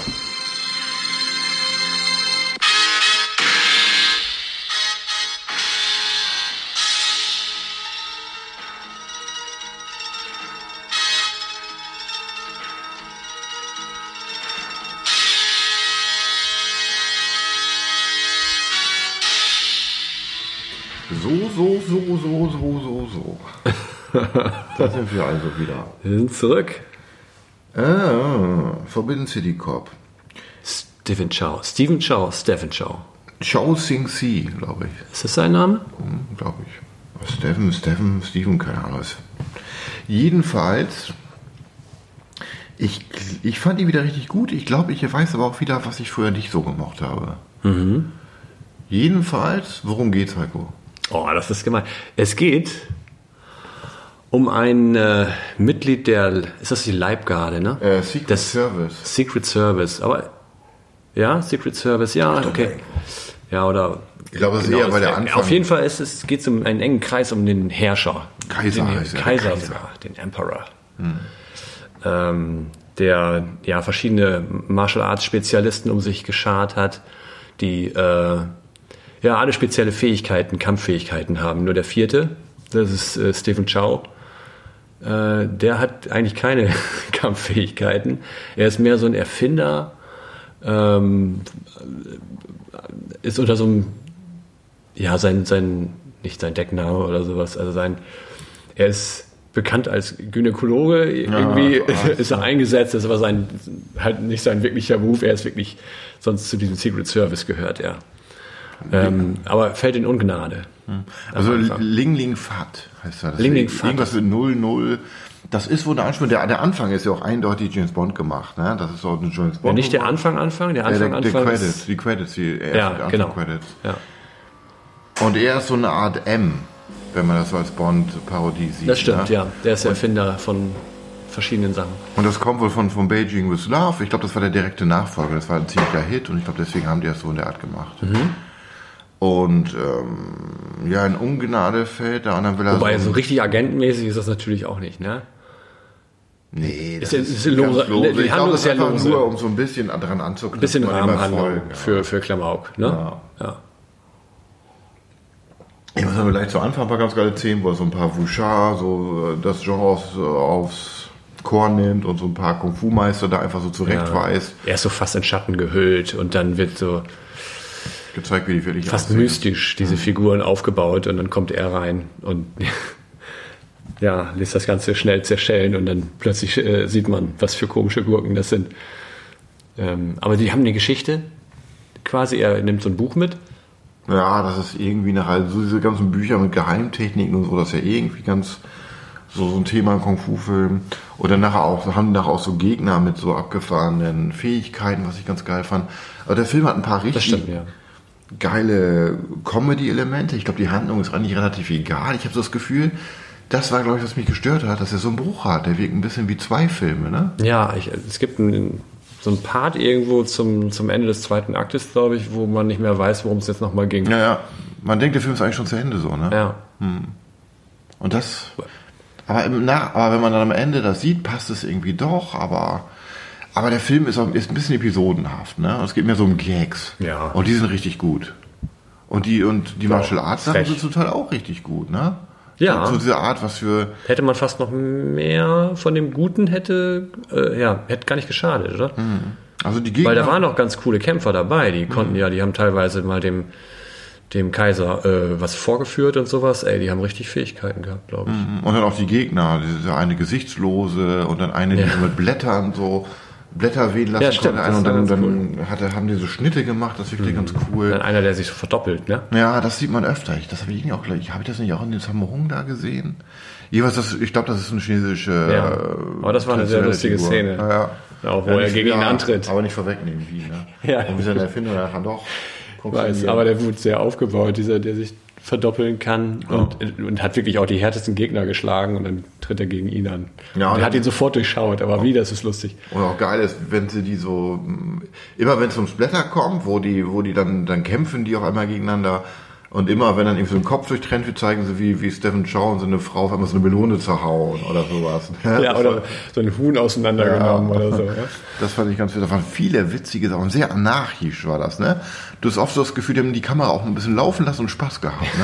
So. Da sind wir also wieder. Wir sind zurück. Forbidden City Cop. Stephen Chow. Chow Sing Si, glaube ich. Ist das sein Name? Glaube ich. Steven, keine Ahnung. Jedenfalls, ich fand ihn wieder richtig gut. Ich glaube, ich weiß aber auch wieder, was ich früher nicht so gemocht habe. Jedenfalls, worum geht's, Heiko? Oh, das ist gemein. Es geht um ein Mitglied ist das die Leibgarde, ne? Secret Service. Aber, ja, Secret Service, ja, okay. Ja, oder... Ich glaube, es ist eher bei der Anfang. Auf jeden Fall geht es um einen engen Kreis um den Herrscher. Kaiser sogar, den Emperor. Der ja verschiedene Martial Arts Spezialisten um sich geschart hat, die alle spezielle Kampffähigkeiten haben. Nur der 4., das ist Stephen Chow, der hat eigentlich keine Kampffähigkeiten. Er ist mehr so ein Erfinder, ist unter so einem, nicht sein Deckname oder sowas, also er ist bekannt als Gynäkologe, irgendwie ist er eingesetzt, das ist aber halt nicht sein wirklicher Beruf, er ist wirklich sonst zu diesem Secret Service gehört, ja. Aber fällt in Ungnade. Also Ling Ling Fat heißt das. Ling Ling Fat. Irgendwas mit 00. Das ist wohl der Anspielung. Der Anfang ist ja auch eindeutig James Bond gemacht. Ne? Das ist auch ein James Bond. Ja, nicht der Anfang. Der Anfang die Credits, die genau. Credits. Ja. Und er ist so eine Art M, wenn man das so als Bond-Parodie sieht. Das stimmt, ne? ja. Der ist der Erfinder von verschiedenen Sachen. Und das kommt wohl von Beijing with Love. Ich glaube, das war der direkte Nachfolger. Das war ein ziemlicher Hit und ich glaube, deswegen haben die das so in der Art gemacht. Und in Ungnade fällt der anderen will er. Wobei so richtig agentenmäßig ist das natürlich auch nicht, ne? Nee, das ist lose. Ich glaube, das ist einfach nur, um so ein bisschen dran anzuknüpfen. Ein bisschen Rahmenhandlung für Klamauk, ne? Ja. Ich muss aber gleich zu Anfang ein paar ganz geile Szenen, wo er so ein paar Wuxia, so das Genre aufs Korn nimmt und so ein paar Kung-Fu-Meister da einfach so zurechtweist. Er ist so fast in Schatten gehüllt und dann wird so gezeigt, wie die wirklich fast mystisch diese Figuren aufgebaut und dann kommt er rein und lässt das Ganze schnell zerschellen und dann plötzlich sieht man, was für komische Gurken das sind. Aber die haben eine Geschichte, quasi, er nimmt so ein Buch mit. Ja, das ist irgendwie so diese ganzen Bücher mit Geheimtechniken und so, das ist ja irgendwie ganz so ein Thema im Kung-Fu-Film. Oder haben nachher auch so Gegner mit so abgefahrenen Fähigkeiten, was ich ganz geil fand. Aber der Film hat ein paar richtig geile Comedy-Elemente. Ich glaube, die Handlung ist eigentlich relativ egal. Ich habe so das Gefühl, das war, glaube ich, was mich gestört hat, dass er so einen Bruch hat. Der wirkt ein bisschen wie 2 Filme, ne? Ja, es gibt so ein Part irgendwo zum Ende des 2. Aktes, glaube ich, wo man nicht mehr weiß, worum es jetzt nochmal ging. Ja. Man denkt, der Film ist eigentlich schon zu Ende so, ne? Ja. Und das... Aber wenn man dann am Ende das sieht, passt es irgendwie doch, aber der Film ist ein bisschen episodenhaft, ne? Es geht mehr so um Gags. Ja. Und die sind richtig gut. Und die Martial Arts Sachen sind zum Teil auch richtig gut, ne? Ja. So diese Art, was für... Hätte man fast noch mehr von dem Guten hätte gar nicht geschadet, oder? Also die Gegner... Weil da waren noch ganz coole Kämpfer dabei, die konnten die haben teilweise mal dem Kaiser was vorgeführt und sowas. Die haben richtig Fähigkeiten gehabt, glaube ich. Und dann auch die Gegner, diese eine Gesichtslose und dann eine, die so mit Blättern so Blätter wehen lassen konnte. Und dann haben die so Schnitte gemacht, das wirklich ganz cool. Dann einer, der sich so verdoppelt, ne? Ja, das sieht man öfter. Das habe ich auch gleich. Habe ich das nicht auch in den Samurung da gesehen? Jeweils, ich glaube, das ist eine chinesische... aber das war eine sehr lustige Szene. Ja. Auch wo er gegen ihn antritt. Aber nicht vorwegnehmen, wie, ne? Ja. Und wie seine Erfindung nachher doch... Aber der wurde sehr aufgebaut, der sich verdoppeln kann und hat wirklich auch die härtesten Gegner geschlagen und dann tritt er gegen ihn an. Ja, und er hat ihn sofort durchschaut, aber das ist lustig. Und auch geil ist, wenn sie die so, immer wenn es ums Blätter kommt, wo die dann kämpfen, die auf einmal gegeneinander. Und immer, wenn dann irgendwie so ein Kopf durchtrennt wird, zeigen sie, wie Stephen Chow und so eine Frau auf einmal so eine Melone zerhauen oder sowas. Ja, oder so ein Huhn auseinandergenommen oder so. Ja. Das fand ich ganz witzig. Da waren viele witzige Sachen. Sehr anarchisch war das, ne? Du hast oft so das Gefühl, die haben die Kamera auch ein bisschen laufen lassen und Spaß gehabt, ne?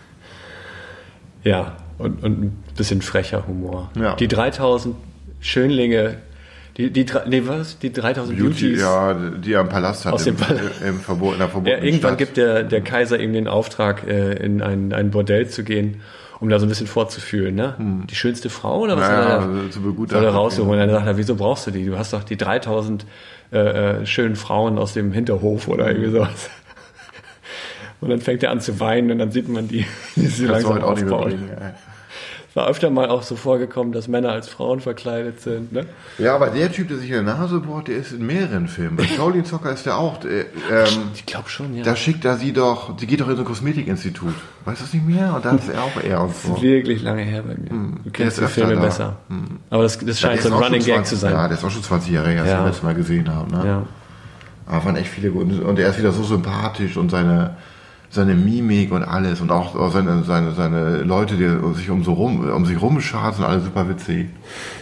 Ja, und ein bisschen frecher Humor. Ja. Die 3000 Schönlinge... Die 3000 Beauties. Ja, die er im Palast hat. In der verbotenen irgendwann Stadt. gibt der Kaiser ihm den Auftrag, in ein Bordell zu gehen, um da so ein bisschen vorzufühlen. Ne? Die schönste Frau oder was soll er raussuchen? Und dann sagt er, wieso brauchst du die? Du hast doch die 3000 schönen Frauen aus dem Hinterhof oder irgendwie sowas. Und dann fängt er an zu weinen und dann sieht man die sie langsam aufbauen. War öfter mal auch so vorgekommen, dass Männer als Frauen verkleidet sind. Ne? Ja, aber der Typ, der sich in der Nase bohrt, der ist in mehreren Filmen. Bei Shaolin Soccer ist der auch. Ich glaube schon, ja. Da schickt er sie geht doch in so ein Kosmetikinstitut. Weißt du das nicht mehr? Und da ist er auch eher und so. Das ist wirklich lange her bei mir. Du kennst die Filme besser. Aber das scheint so ein Running Gag zu sein. Ja, der ist auch schon 20 Jahre her, als ich das letzte Mal gesehen habe. Ne? Ja. Aber waren echt viele gute. Und er ist wieder so sympathisch und seine Mimik und alles und auch seine Leute, die sich um sich rumscharen, sind alle super witzig.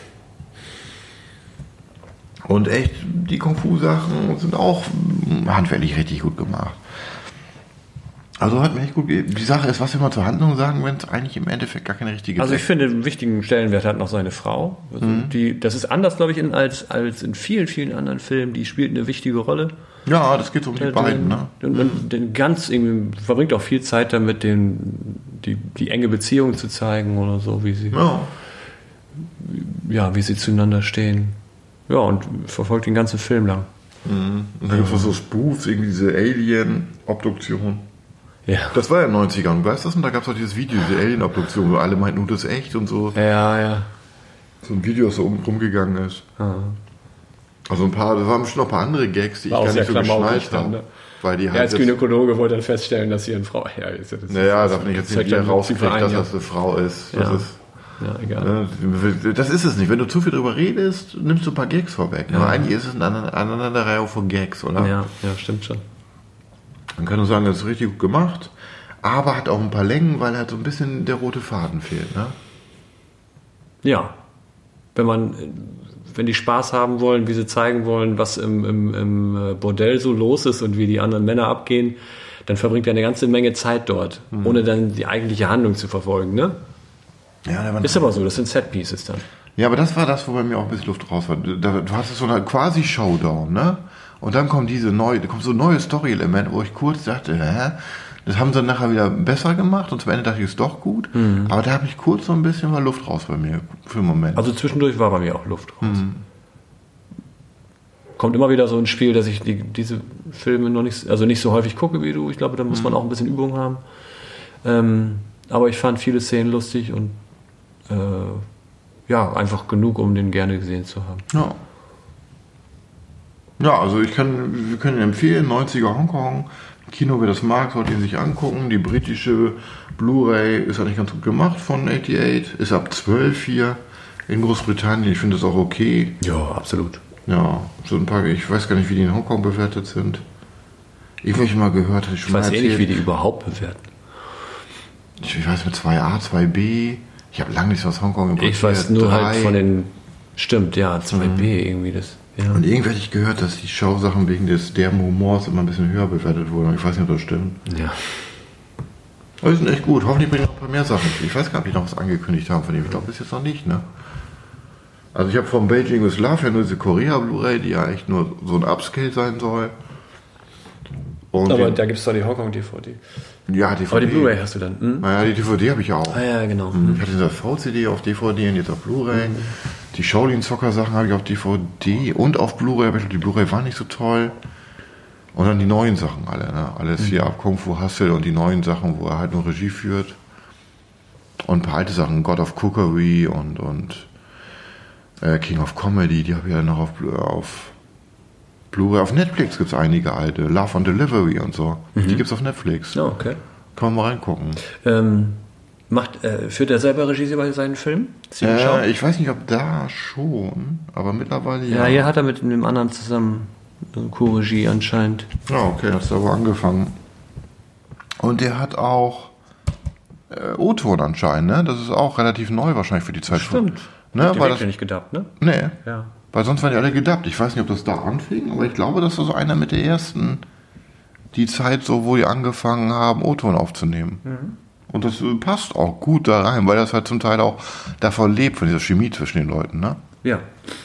Und echt, die Kung-Fu-Sachen sind auch handwerklich richtig gut gemacht. Also hat mir echt gut gegeben. Die Sache ist, was wir mal zur Handlung sagen, wenn es eigentlich im Endeffekt gar keine richtige Also ich finde, einen wichtigen Stellenwert hat noch seine Frau. Also das ist anders, glaube ich, als in vielen, vielen anderen Filmen. Die spielt eine wichtige Rolle. Ja, das geht so um die beiden. Ne? Und irgendwie verbringt auch viel Zeit damit, die enge Beziehung zu zeigen oder so, wie sie zueinander stehen. Ja, und verfolgt den ganzen Film lang. Und dann gibt es so Spoofs, irgendwie diese Alien-Obduktion. Ja. Das war ja in den 90ern, weißt du das? Und da gab es auch dieses Video, diese Alien-Abduktion, wo alle meinten, das ist echt und so. Ja. So ein Video, das so rumgegangen ist. Also da waren bestimmt noch ein paar andere Gags, die War ich auch gar nicht so sehr geschnallt klamaukig habe. ne? Weil die Er halt als Gynäkologe wollte dann feststellen, dass sie eine Frau... Ja, das darf nicht jetzt nicht wieder rauskriegt, dass das eine Frau ist. Das ist... Ja, egal. Das ist es nicht. Wenn du zu viel drüber redest, nimmst du ein paar Gags vorweg. Aber eigentlich ist es eine Aneinanderreihung von Gags, oder? Ja, stimmt schon. Man kann nur sagen, das ist richtig gut gemacht, aber hat auch ein paar Längen, weil halt so ein bisschen der rote Faden fehlt. Ne? Ja. Wenn die Spaß haben wollen, wie sie zeigen wollen, was im Bordell so los ist und wie die anderen Männer abgehen, dann verbringt er eine ganze Menge Zeit dort, ohne dann die eigentliche Handlung zu verfolgen, ne? Ja, ist aber so, das sind Set-Pieces dann. Ja, aber das war das, wo bei mir auch ein bisschen Luft raus war. Du hattest so eine quasi Showdown, ne? Und dann kommt so ein neues Story-Element, wo ich kurz dachte, das haben sie nachher wieder besser gemacht und zum Ende dachte ich, ist doch gut. Aber da habe ich kurz so ein bisschen mal Luft raus bei mir für einen Moment. Also zwischendurch war bei mir auch Luft raus. Kommt immer wieder so ein Spiel, dass ich diese Filme nicht so häufig gucke wie du. Ich glaube, da muss man auch ein bisschen Übung haben. Aber ich fand viele Szenen lustig und einfach genug, um den gerne gesehen zu haben. Ja, also wir können ihn empfehlen, 90er Hongkong. Kino, wer das mag, sollte ihn sich angucken. Die britische Blu-ray ist eigentlich ganz gut gemacht von 88. Ist ab 12 hier in Großbritannien. Ich finde das auch okay. Ja, absolut. Ja, so ein paar, ich weiß gar nicht, wie die in Hongkong bewertet sind. Ich mal gehört, hatte ich schon mal erzählt. Ich weiß nicht, wie die überhaupt bewerten. Ich weiß mit 2A, 2B. Ich habe lange nichts aus Hongkong importiert. Ich weiß nur 3. Halt von den... Stimmt, ja, 2B irgendwie das. Ja. Und irgendwie hatte ich gehört, dass die Schausachen wegen des derben Humors immer ein bisschen höher bewertet wurden. Ich weiß nicht, ob das stimmt. Ja. Aber die sind echt gut. Hoffentlich bringen noch ein paar mehr Sachen. Ich weiß gar nicht, ob die noch was angekündigt haben von dem. Ich glaube, bis jetzt noch nicht, ne? Also ich habe von Beijing with Love ja nur diese Korea-Blu-ray, die ja echt nur so ein Upscale sein soll. Und aber da gibt es doch die Hongkong-DVD. Ja, DVD. Aber die Blu-ray hast du dann. Naja, die DVD habe ich auch. Ah ja, genau. Ich hatte diese VCD auf DVD und jetzt auf Blu-ray. Die Shaolin-Zocker-Sachen habe ich auf DVD und auf Blu-ray, aber ich glaube, die Blu-ray war nicht so toll. Und dann die neuen Sachen alle, ne? Alles hier ab Kung Fu Hustle und die neuen Sachen, wo er halt nur Regie führt. Und ein paar alte Sachen, God of Cookery und King of Comedy, die habe ich ja noch auf Blu-ray. Auf Netflix gibt es einige alte. Love on Delivery und so. Die gibt es auf Netflix. Oh, okay. Kann man mal reingucken. Führt er selber Regie bei seinen Filmen? Ich weiß nicht, ob da schon, aber mittlerweile ja. Ja, hier hat er mit einem anderen zusammen Co-Regie anscheinend. Ja, okay, hast du aber angefangen. Und der hat auch O-Ton anscheinend, ne? Das ist auch relativ neu wahrscheinlich für die Zeit. Stimmt. Ne? Der wird ja nicht gedubbt, ne? Nee. Ja. Weil sonst waren die alle gedubbt. Ich weiß nicht, ob das da anfing, aber ich glaube, das war so einer mit der ersten, die Zeit so, wo die angefangen haben, O-Ton aufzunehmen. Und das passt auch gut da rein, weil das halt zum Teil auch davon lebt, von dieser Chemie zwischen den Leuten, ne? Ja.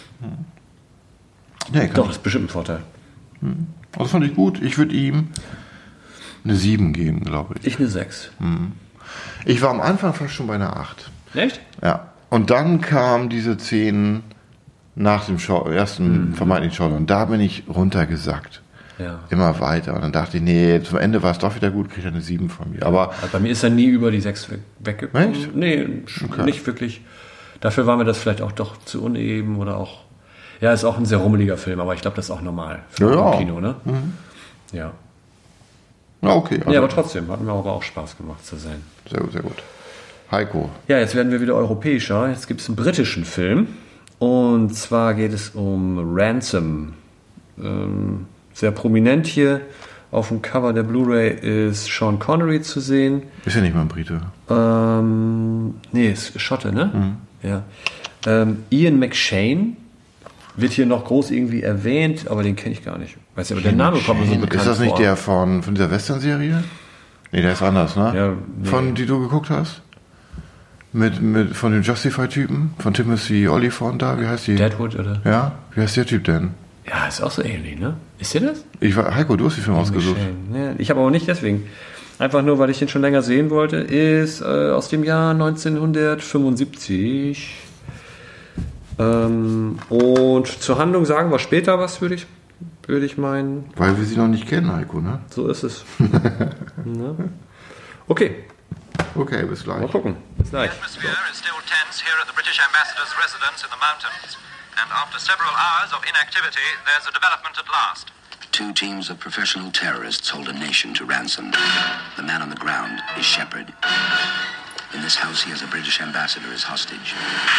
Ja, doch, das ist bestimmt ein Vorteil. Das fand ich gut. Ich würde ihm eine 7 geben, glaube ich. Ich eine 6. Ich war am Anfang fast schon bei einer 8. Echt? Ja. Und dann kam diese 10 nach dem ersten vermeintlichen Showdown. Da bin ich runtergesackt. Ja. Immer weiter. Und dann dachte ich, nee, zum Ende war es doch wieder gut, kriege ich eine 7 von mir. Aber bei mir ist er nie über die 6 weggekommen. Echt? Nee, Okay. Nicht wirklich. Dafür war mir das vielleicht auch doch zu uneben oder auch... Ja, ist auch ein sehr rummeliger Film, aber ich glaube, das ist auch normal für ein Kino, ne? Ja. ja, okay. Also, Ja, aber trotzdem hat mir aber auch Spaß gemacht zu sein. sehr gut, sehr gut. Heiko. Ja, jetzt werden wir wieder europäischer. Jetzt gibt es einen britischen Film. Und zwar geht es um Ransom. Sehr prominent hier auf dem Cover der Blu-ray ist Sean Connery zu sehen. Ist ja nicht mal ein Brite. Nee, ist Schotte, ne? Ja. Ian McShane wird hier noch groß irgendwie erwähnt, aber den kenne ich gar nicht. Weiß ja, aber der Name kommt mir so bekannt Ist das nicht vor. der von dieser Western-Serie? Nee, der ist anders, ne? Ja, nee. Von die du geguckt hast? Von dem Justify-Typen? Von Timothy Olyphant da? Wie heißt die? Deadwood, oder? Ja? Wie heißt der Typ denn? Ja, ist auch so ähnlich, ne? Ist der das? Heiko, du hast die Film ausgesucht. Ja, ich habe aber nicht deswegen. Einfach nur, weil ich den schon länger sehen wollte. Ist aus dem Jahr 1975. Und zur Handlung sagen wir später was, würde ich meinen. Weil wir sie noch nicht kennen, Heiko, ne? So ist es. Ne? Okay, Okay, bis gleich. mal gucken. Bis gleich. The atmosphere is still tense here at the British ambassador's residence in the mountains. And after several hours of inactivity, there's a development at last. 2 teams of professional terrorists hold a nation to ransom. The man on the ground is Shepard. In this house, he has a British ambassador as hostage.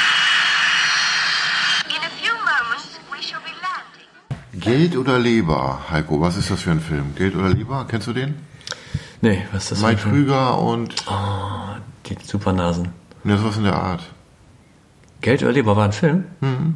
In a few moments, we shall be landing. Geld oder Leber, Heiko, was ist das für ein Film? Geld oder Leber, kennst du den? Nee, was ist das Mike für ein- Krüger und Die Supernasen. ne, sowas in der Art. Geld oder Leber war ein Film?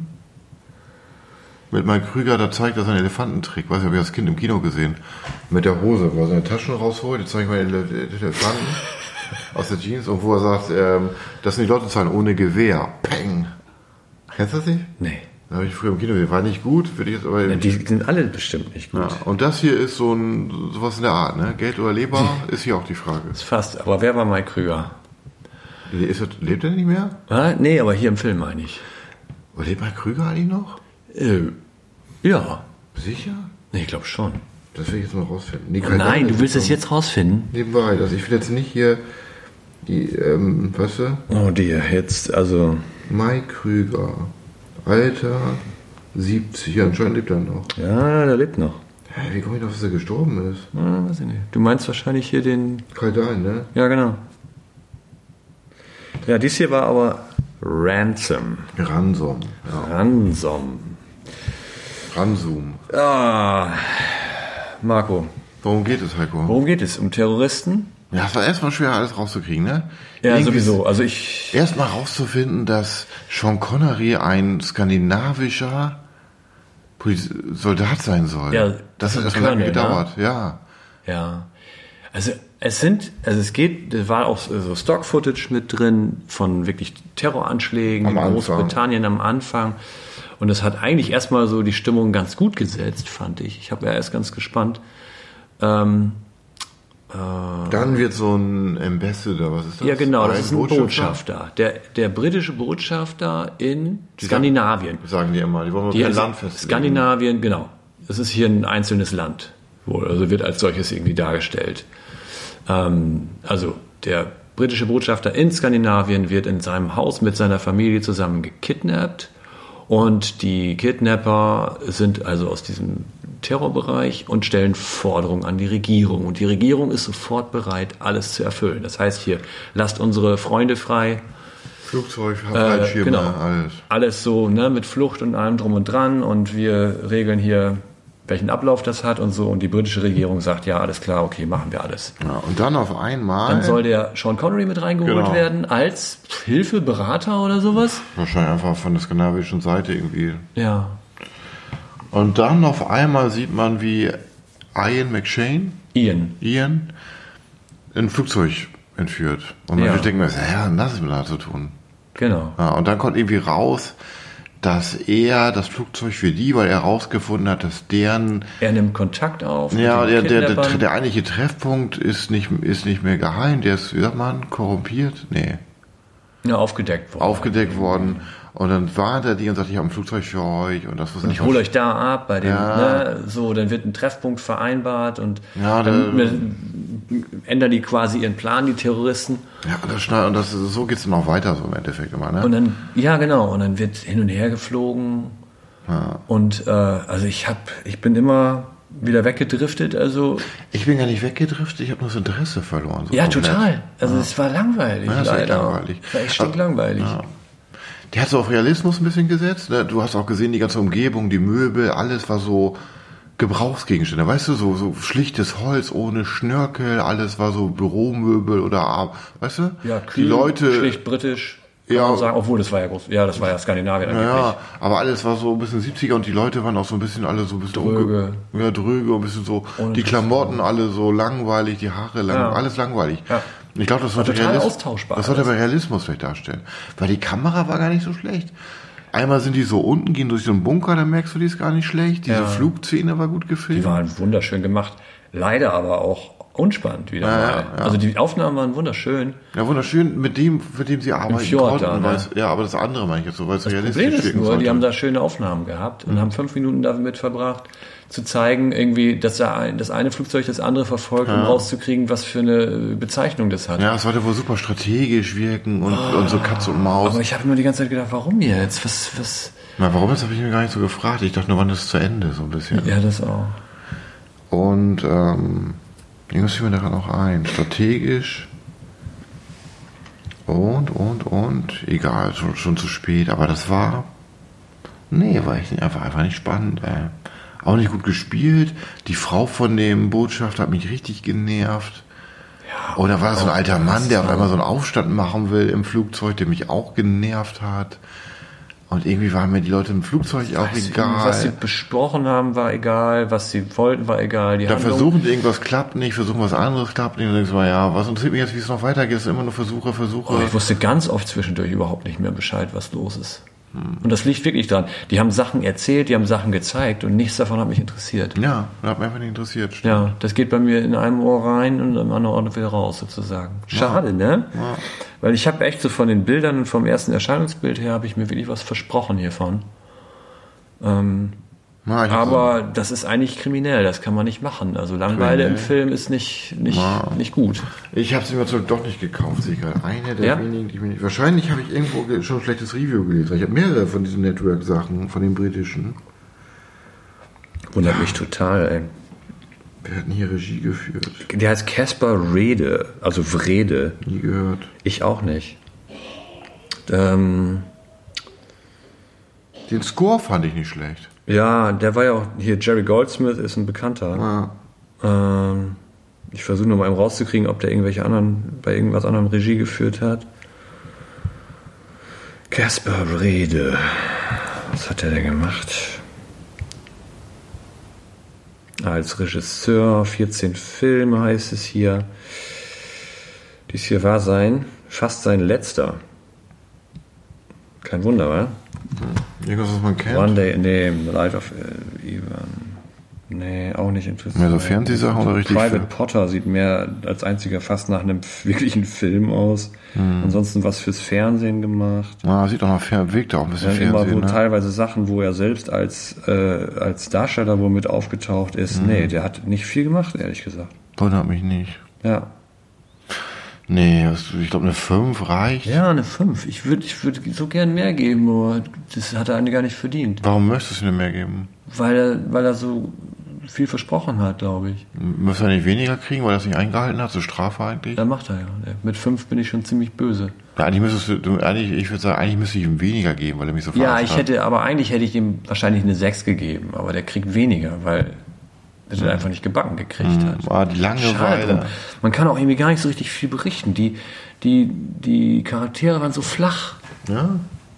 Mit Mike Krüger, da zeigt er seinen Elefantentrick. Weiß ich, habe ich das Kind im Kino gesehen. Mit der Hose, wo er seine Taschen rausholt, jetzt zeige ich mal den Elefanten aus der Jeans und wo er sagt, das sind die Lottozahlen ohne Gewehr. Peng. Kennst du das nicht? Nee. Da habe ich früher im Kino gesehen. War nicht gut, würde ich jetzt aber... Ja, die sind alle bestimmt nicht gut. Ja, und das hier ist sowas in der Art, ne? Geld oder Leber ist hier auch die Frage. Ist fast. Aber wer war Mike Krüger? Lebt er nicht mehr? Ah, nee, aber hier im Film meine ich. Oder lebt Mike Krüger eigentlich noch? Ja. Sicher? Nee, ich glaube schon. Das will ich jetzt mal rausfinden. Nee, Oh nein, du willst es jetzt rausfinden? Nebenbei, also ich will jetzt nicht hier die, weißt du, Oh, die jetzt, also... Mike Krüger, Alter 70, ja, anscheinend lebt er noch. Ja, der lebt noch. Hä, wie komme ich drauf, dass er gestorben ist? Weiß ich nicht. Du meinst wahrscheinlich hier den... Karl Dahn, ne? Ja, genau. Ja, dies hier war aber Ransom. Ransom, ja. Ransum. Ah, Marco, Worum geht es, Heiko? worum geht es? Um Terroristen? Ja, es war erstmal schwer, alles rauszukriegen, ne? Ja, Irgendwie sowieso. Also ich... Erstmal rauszufinden, dass Sean Connery ein skandinavischer Soldat sein soll. Ja, das hat ein erstmal lange Colonel, gedauert, ja. Ja. Also es geht, da war auch so Stock-Footage mit drin von wirklich Terroranschlägen Am in Anfang. Großbritannien am Anfang. Und es hat eigentlich erstmal so die Stimmung ganz gut gesetzt, fand ich. Ich habe ja erst ganz gespannt. Dann wird so ein Ambassador, was ist das? Ja, genau, das ist ein Botschafter? Botschafter. Der britische Botschafter in Skandinavien. Sagen die immer, die wollen Die kein also Land festlegen. Skandinavien, genau. Es ist hier ein einzelnes Land. Wohl, also wird als solches irgendwie dargestellt. Also der britische Botschafter in Skandinavien wird in seinem Haus mit seiner Familie zusammen gekidnappt. Und die Kidnapper sind also aus diesem Terrorbereich und stellen Forderungen an die Regierung. Und die Regierung ist sofort bereit, alles zu erfüllen. Das heißt hier, lasst unsere Freunde frei. Flugzeug, Fallschirme, Genau. alles. Alles so, ne, mit Flucht und allem drum und dran. Und wir regeln hier, welchen Ablauf das hat und so. Und die britische Regierung sagt, ja, alles klar, okay, machen wir alles. Ja, und dann auf einmal... Dann soll der Sean Connery mit reingeholt Genau. werden als Hilfe, Berater oder sowas. Wahrscheinlich einfach von der skandinavischen Seite irgendwie. Ja. Und dann auf einmal sieht man, wie Ian McShane, Ian. ein Flugzeug entführt. Und man Ja. denkt mir, ja, das ist mit da zu tun. Genau. Ja, und dann kommt irgendwie raus, dass er das Flugzeug für die, weil er rausgefunden hat, dass deren... Er nimmt Kontakt auf. mit Ja, den der Kidnappern. eigentliche Treffpunkt ist nicht mehr geheim, der ist, wie sagt man, korrumpiert? Nee, Ja, aufgedeckt worden. aufgedeckt worden. Und dann warnt er die und sagt, ich habe ein Flugzeug für euch. Und das was Ich hole euch da ab, bei dem, Ja. ne, so, dann wird ein Treffpunkt vereinbart und Ja, dann ändern die quasi ihren Plan, die Terroristen. Ja, so geht's dann auch weiter so im Endeffekt immer, ne? Und dann, ja genau, und dann wird hin und her geflogen. Und also ich bin immer wieder weggedriftet, also Ich bin gar nicht weggedriftet, ich habe nur das Interesse verloren. So ja, komplett. total. Also es war langweilig, Ja, das ist echt leider. langweilig. Es war echt stinklangweilig. Ja. Der hat so auf Realismus ein bisschen gesetzt. Ne? Du hast auch gesehen, die ganze Umgebung, die Möbel, alles war so Gebrauchsgegenstände. Weißt du, so schlichtes Holz ohne Schnörkel, alles war so Büromöbel oder, weißt du? Ja, die Leute, schlicht britisch, kann Ja. man sagen, obwohl das war ja groß. Ja, das war ja Skandinavien angeblich. ja, aber alles war so ein bisschen 70er und die Leute waren auch so ein bisschen alle so ein bisschen Dröge. Ja, dröge, ein bisschen so, Ohne die das- Klamotten alle so langweilig, die Haare Ja. alles langweilig. Ja. Ich glaube, das sollte total Realis- austauschbar Das sollte alles. aber Realismus vielleicht darstellen. Weil die Kamera war gar nicht so schlecht. Einmal sind die so unten, gehen durch so einen Bunker, dann merkst du, die ist gar nicht schlecht. Diese Ja. Flugszene war gut gefilmt. Die waren wunderschön gemacht. Leider aber auch unspannend wieder Ja, mal. ja. Also die Aufnahmen waren wunderschön. Ja, wunderschön, mit dem sie arbeiten Fjord konnten. da, ne? Ja, aber das andere meine ich jetzt so, weil es Das realistisch Problem ist wirken nur, sollte. die haben da schöne Aufnahmen gehabt und haben 5 Minuten damit verbracht, zu zeigen, irgendwie, dass das eine Flugzeug das andere verfolgt, um rauszukriegen, was für eine Bezeichnung das hat. Ja, es sollte wohl super strategisch wirken und so Katz und Maus. Aber ich habe immer die ganze Zeit gedacht, warum jetzt? Was? Na, warum ist, habe ich mir gar nicht so gefragt. Ich dachte nur, wann ist es zu Ende, so ein bisschen. Ja, das auch. Und irgendwas fiel mir daran auch ein. Strategisch und. Egal, schon zu spät. Aber das war. Nee, war echt nicht, einfach nicht spannend. Auch nicht gut gespielt. Die Frau von dem Botschafter hat mich richtig genervt. Ja, Oder war das so ein alter Mann, der auf einmal so einen Aufstand machen will im Flugzeug, der mich auch genervt hat. Und irgendwie waren mir die Leute im Flugzeug auch egal. Was sie besprochen haben, war egal. Was sie wollten, war egal. Die Da Handlung- versuchen die irgendwas klappt nicht, versuchen was anderes klappt nicht. Und dann denkst du mal, ja, was interessiert mich jetzt, wie es noch weitergeht? Es ist immer nur Versuche. Oh, ich wusste ganz oft zwischendurch überhaupt nicht mehr Bescheid, was los ist. Und das liegt wirklich dran. Die haben Sachen erzählt, die haben Sachen gezeigt und nichts davon hat mich interessiert. Ja, das hat mich einfach nicht interessiert. Ja, das geht bei mir in einem Ohr rein und im anderen Ohr wieder raus, sozusagen. Schade, ne? Ja. Weil ich habe echt so von den Bildern und vom ersten Erscheinungsbild her habe ich mir wirklich was versprochen hiervon. Ja, ich hab's Aber das ist eigentlich kriminell, das kann man nicht machen. Also Langeweile im Kriminell. Film ist nicht gut. Ich habe sie mir doch nicht gekauft, sehe ich gerade. Eine der Ja? wenigen, die mir nicht. Wahrscheinlich habe ich irgendwo schon ein schlechtes Review gelesen. Ich habe mehrere von diesen Network-Sachen, von den britischen. Wundert mich total, ey. Wer hat denn hier Regie geführt? Der heißt Caspar Wrede, also Wrede. Nie gehört. Ich auch nicht. Den Score fand ich nicht schlecht. Ja, der war ja auch hier, Jerry Goldsmith ist ein Bekannter. Ja. Ich versuche noch mal eben rauszukriegen, ob der bei irgendwas anderem Regie geführt hat. Caspar Wrede. Was hat der denn gemacht? Als Regisseur, 14 Filme heißt es hier. Dies hier war fast sein letzter. Kein Wunder, wa? Irgendwas, was man kennt. One Day, nee, Life of Ivan. Nee, auch nicht interessant. Mehr so Fernsehsachen oder richtig Private Film? Potter sieht mehr als einziger fast nach einem wirklichen Film aus. Ansonsten was fürs Fernsehen gemacht. Sieht auch noch wirkt auch ein bisschen Dann immer Fernsehen, so ne? teilweise Sachen, wo er selbst als Darsteller wohl mit aufgetaucht ist. Nee, der hat nicht viel gemacht, ehrlich gesagt. Wundert mich nicht. Ja. Nee, ich glaube eine 5 reicht. Ja, eine 5. Ich würd so gern mehr geben, aber das hat er eigentlich gar nicht verdient. Warum möchtest du mir mehr geben? Weil er so viel versprochen hat, glaube ich. Müsste er nicht weniger kriegen, weil er es nicht eingehalten hat? So Strafe eigentlich? Ja, macht er ja. Mit 5 bin ich schon ziemlich böse. Ja, eigentlich ich würde sagen, eigentlich müsste ich ihm weniger geben, weil er mich so Ja, verarscht hat. eigentlich hätte ich ihm wahrscheinlich eine 6 gegeben, aber der kriegt weniger, weil er das einfach nicht gebacken gekriegt hat. Die Schade Langeweile. drum. Man kann auch irgendwie gar nicht so richtig viel berichten. Die Charaktere waren so flach, Ja.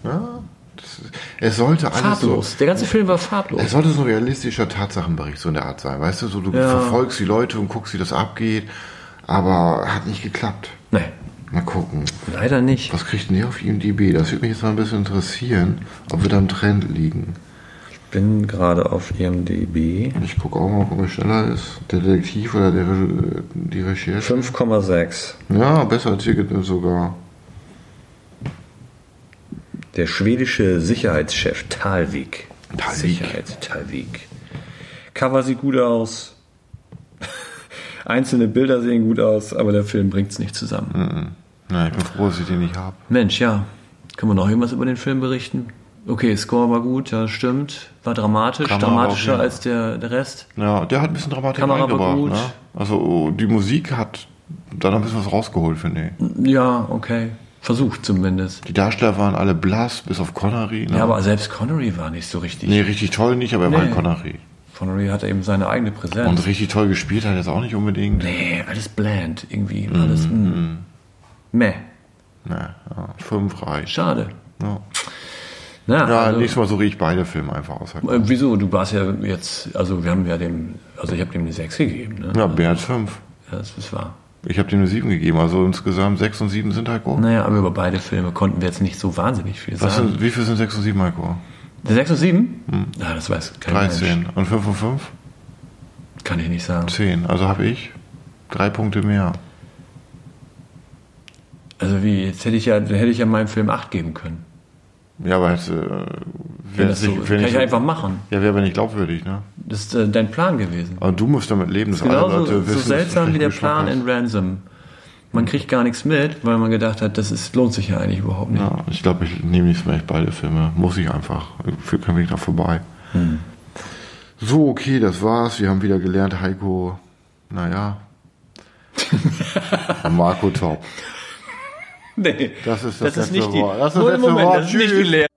Es sollte alles farblos. so. Der ganze Film war farblos. Es sollte so ein realistischer Tatsachenbericht so in der Art sein. Weißt du, so du verfolgst die Leute und guckst, wie das abgeht, aber hat nicht geklappt. Nee, Mal gucken. leider nicht. Was kriegt denn der auf IMDb? Das würde mich jetzt mal ein bisschen interessieren, ob wir da im Trend liegen. Ich bin gerade auf IMDb. Ich gucke auch mal, ob er schneller ist. Der Detektiv oder die Recherche. 5,6. Ja, besser als hier sogar. Der schwedische Sicherheitschef Talvik. Talvik. Talvik. Cover sieht gut aus. Einzelne Bilder sehen gut aus, aber der Film bringt es nicht zusammen. Na, ich bin froh, dass ich den nicht habe. Mensch, ja. Können wir noch irgendwas über den Film berichten? Okay, Score war gut, ja, stimmt. War dramatisch, Kamera dramatischer auch, ja. als der Rest. Ja, der hat ein bisschen Dramatik Kamera war reingebracht. gut. Ne? Also die Musik hat dann ein bisschen was rausgeholt, finde ich. Ja, okay. Versucht zumindest. Die Darsteller waren alle blass, bis auf Connery. Ne? Ja, aber selbst Connery war nicht so richtig. Nee, richtig toll nicht, aber er war Nee. ein Connery. Connery hatte eben seine eigene Präsenz. Und richtig toll gespielt hat er jetzt auch nicht unbedingt. Nee, alles bland. Irgendwie alles. Meh. Na, ja, 5 reicht. Schade. Ja, Na, ja also, nächstes Mal suche ich beide Filme einfach aus. wieso? Du warst ja jetzt, also wir haben ja ich habe dem eine 6 gegeben. Ne? Ja, Bert 5. Ja, das ist wahr. Ich habe dem eine 7 gegeben, also insgesamt 6 und 7 sind Heiko. Naja, aber über beide Filme konnten wir jetzt nicht so wahnsinnig viel sagen. Wie viel sind 6 und 7, Heiko? Der 6 und 7? Ja, das weiß kein 13. Mensch. Und 5 und 5? Kann ich nicht sagen. 10. Also habe ich 3 Punkte mehr. Also wie, jetzt hätte ich ja meinem Film 8 geben können. Ja, aber Kann ich einfach machen. Ja, wäre aber nicht glaubwürdig, ne? Das ist dein Plan gewesen. Aber du musst damit leben, dass alle Genauso Leute wissen, so seltsam dass wie du der Geschmack Plan hast. in Ransom. Man kriegt gar nichts mit, weil man gedacht hat, lohnt sich ja eigentlich überhaupt nicht. Ja, ich glaube, ich nehme nicht vielleicht beide Filme. Muss ich einfach. Für keinen Weg da vorbei. So, okay, das war's. Wir haben wieder gelernt, Heiko, naja. Marco top. Nee, Das ist das ist letzte nicht die. Wort. Das ist das Nur im letzte Moment, Wort. das ist nicht die Tschüss. Lehre.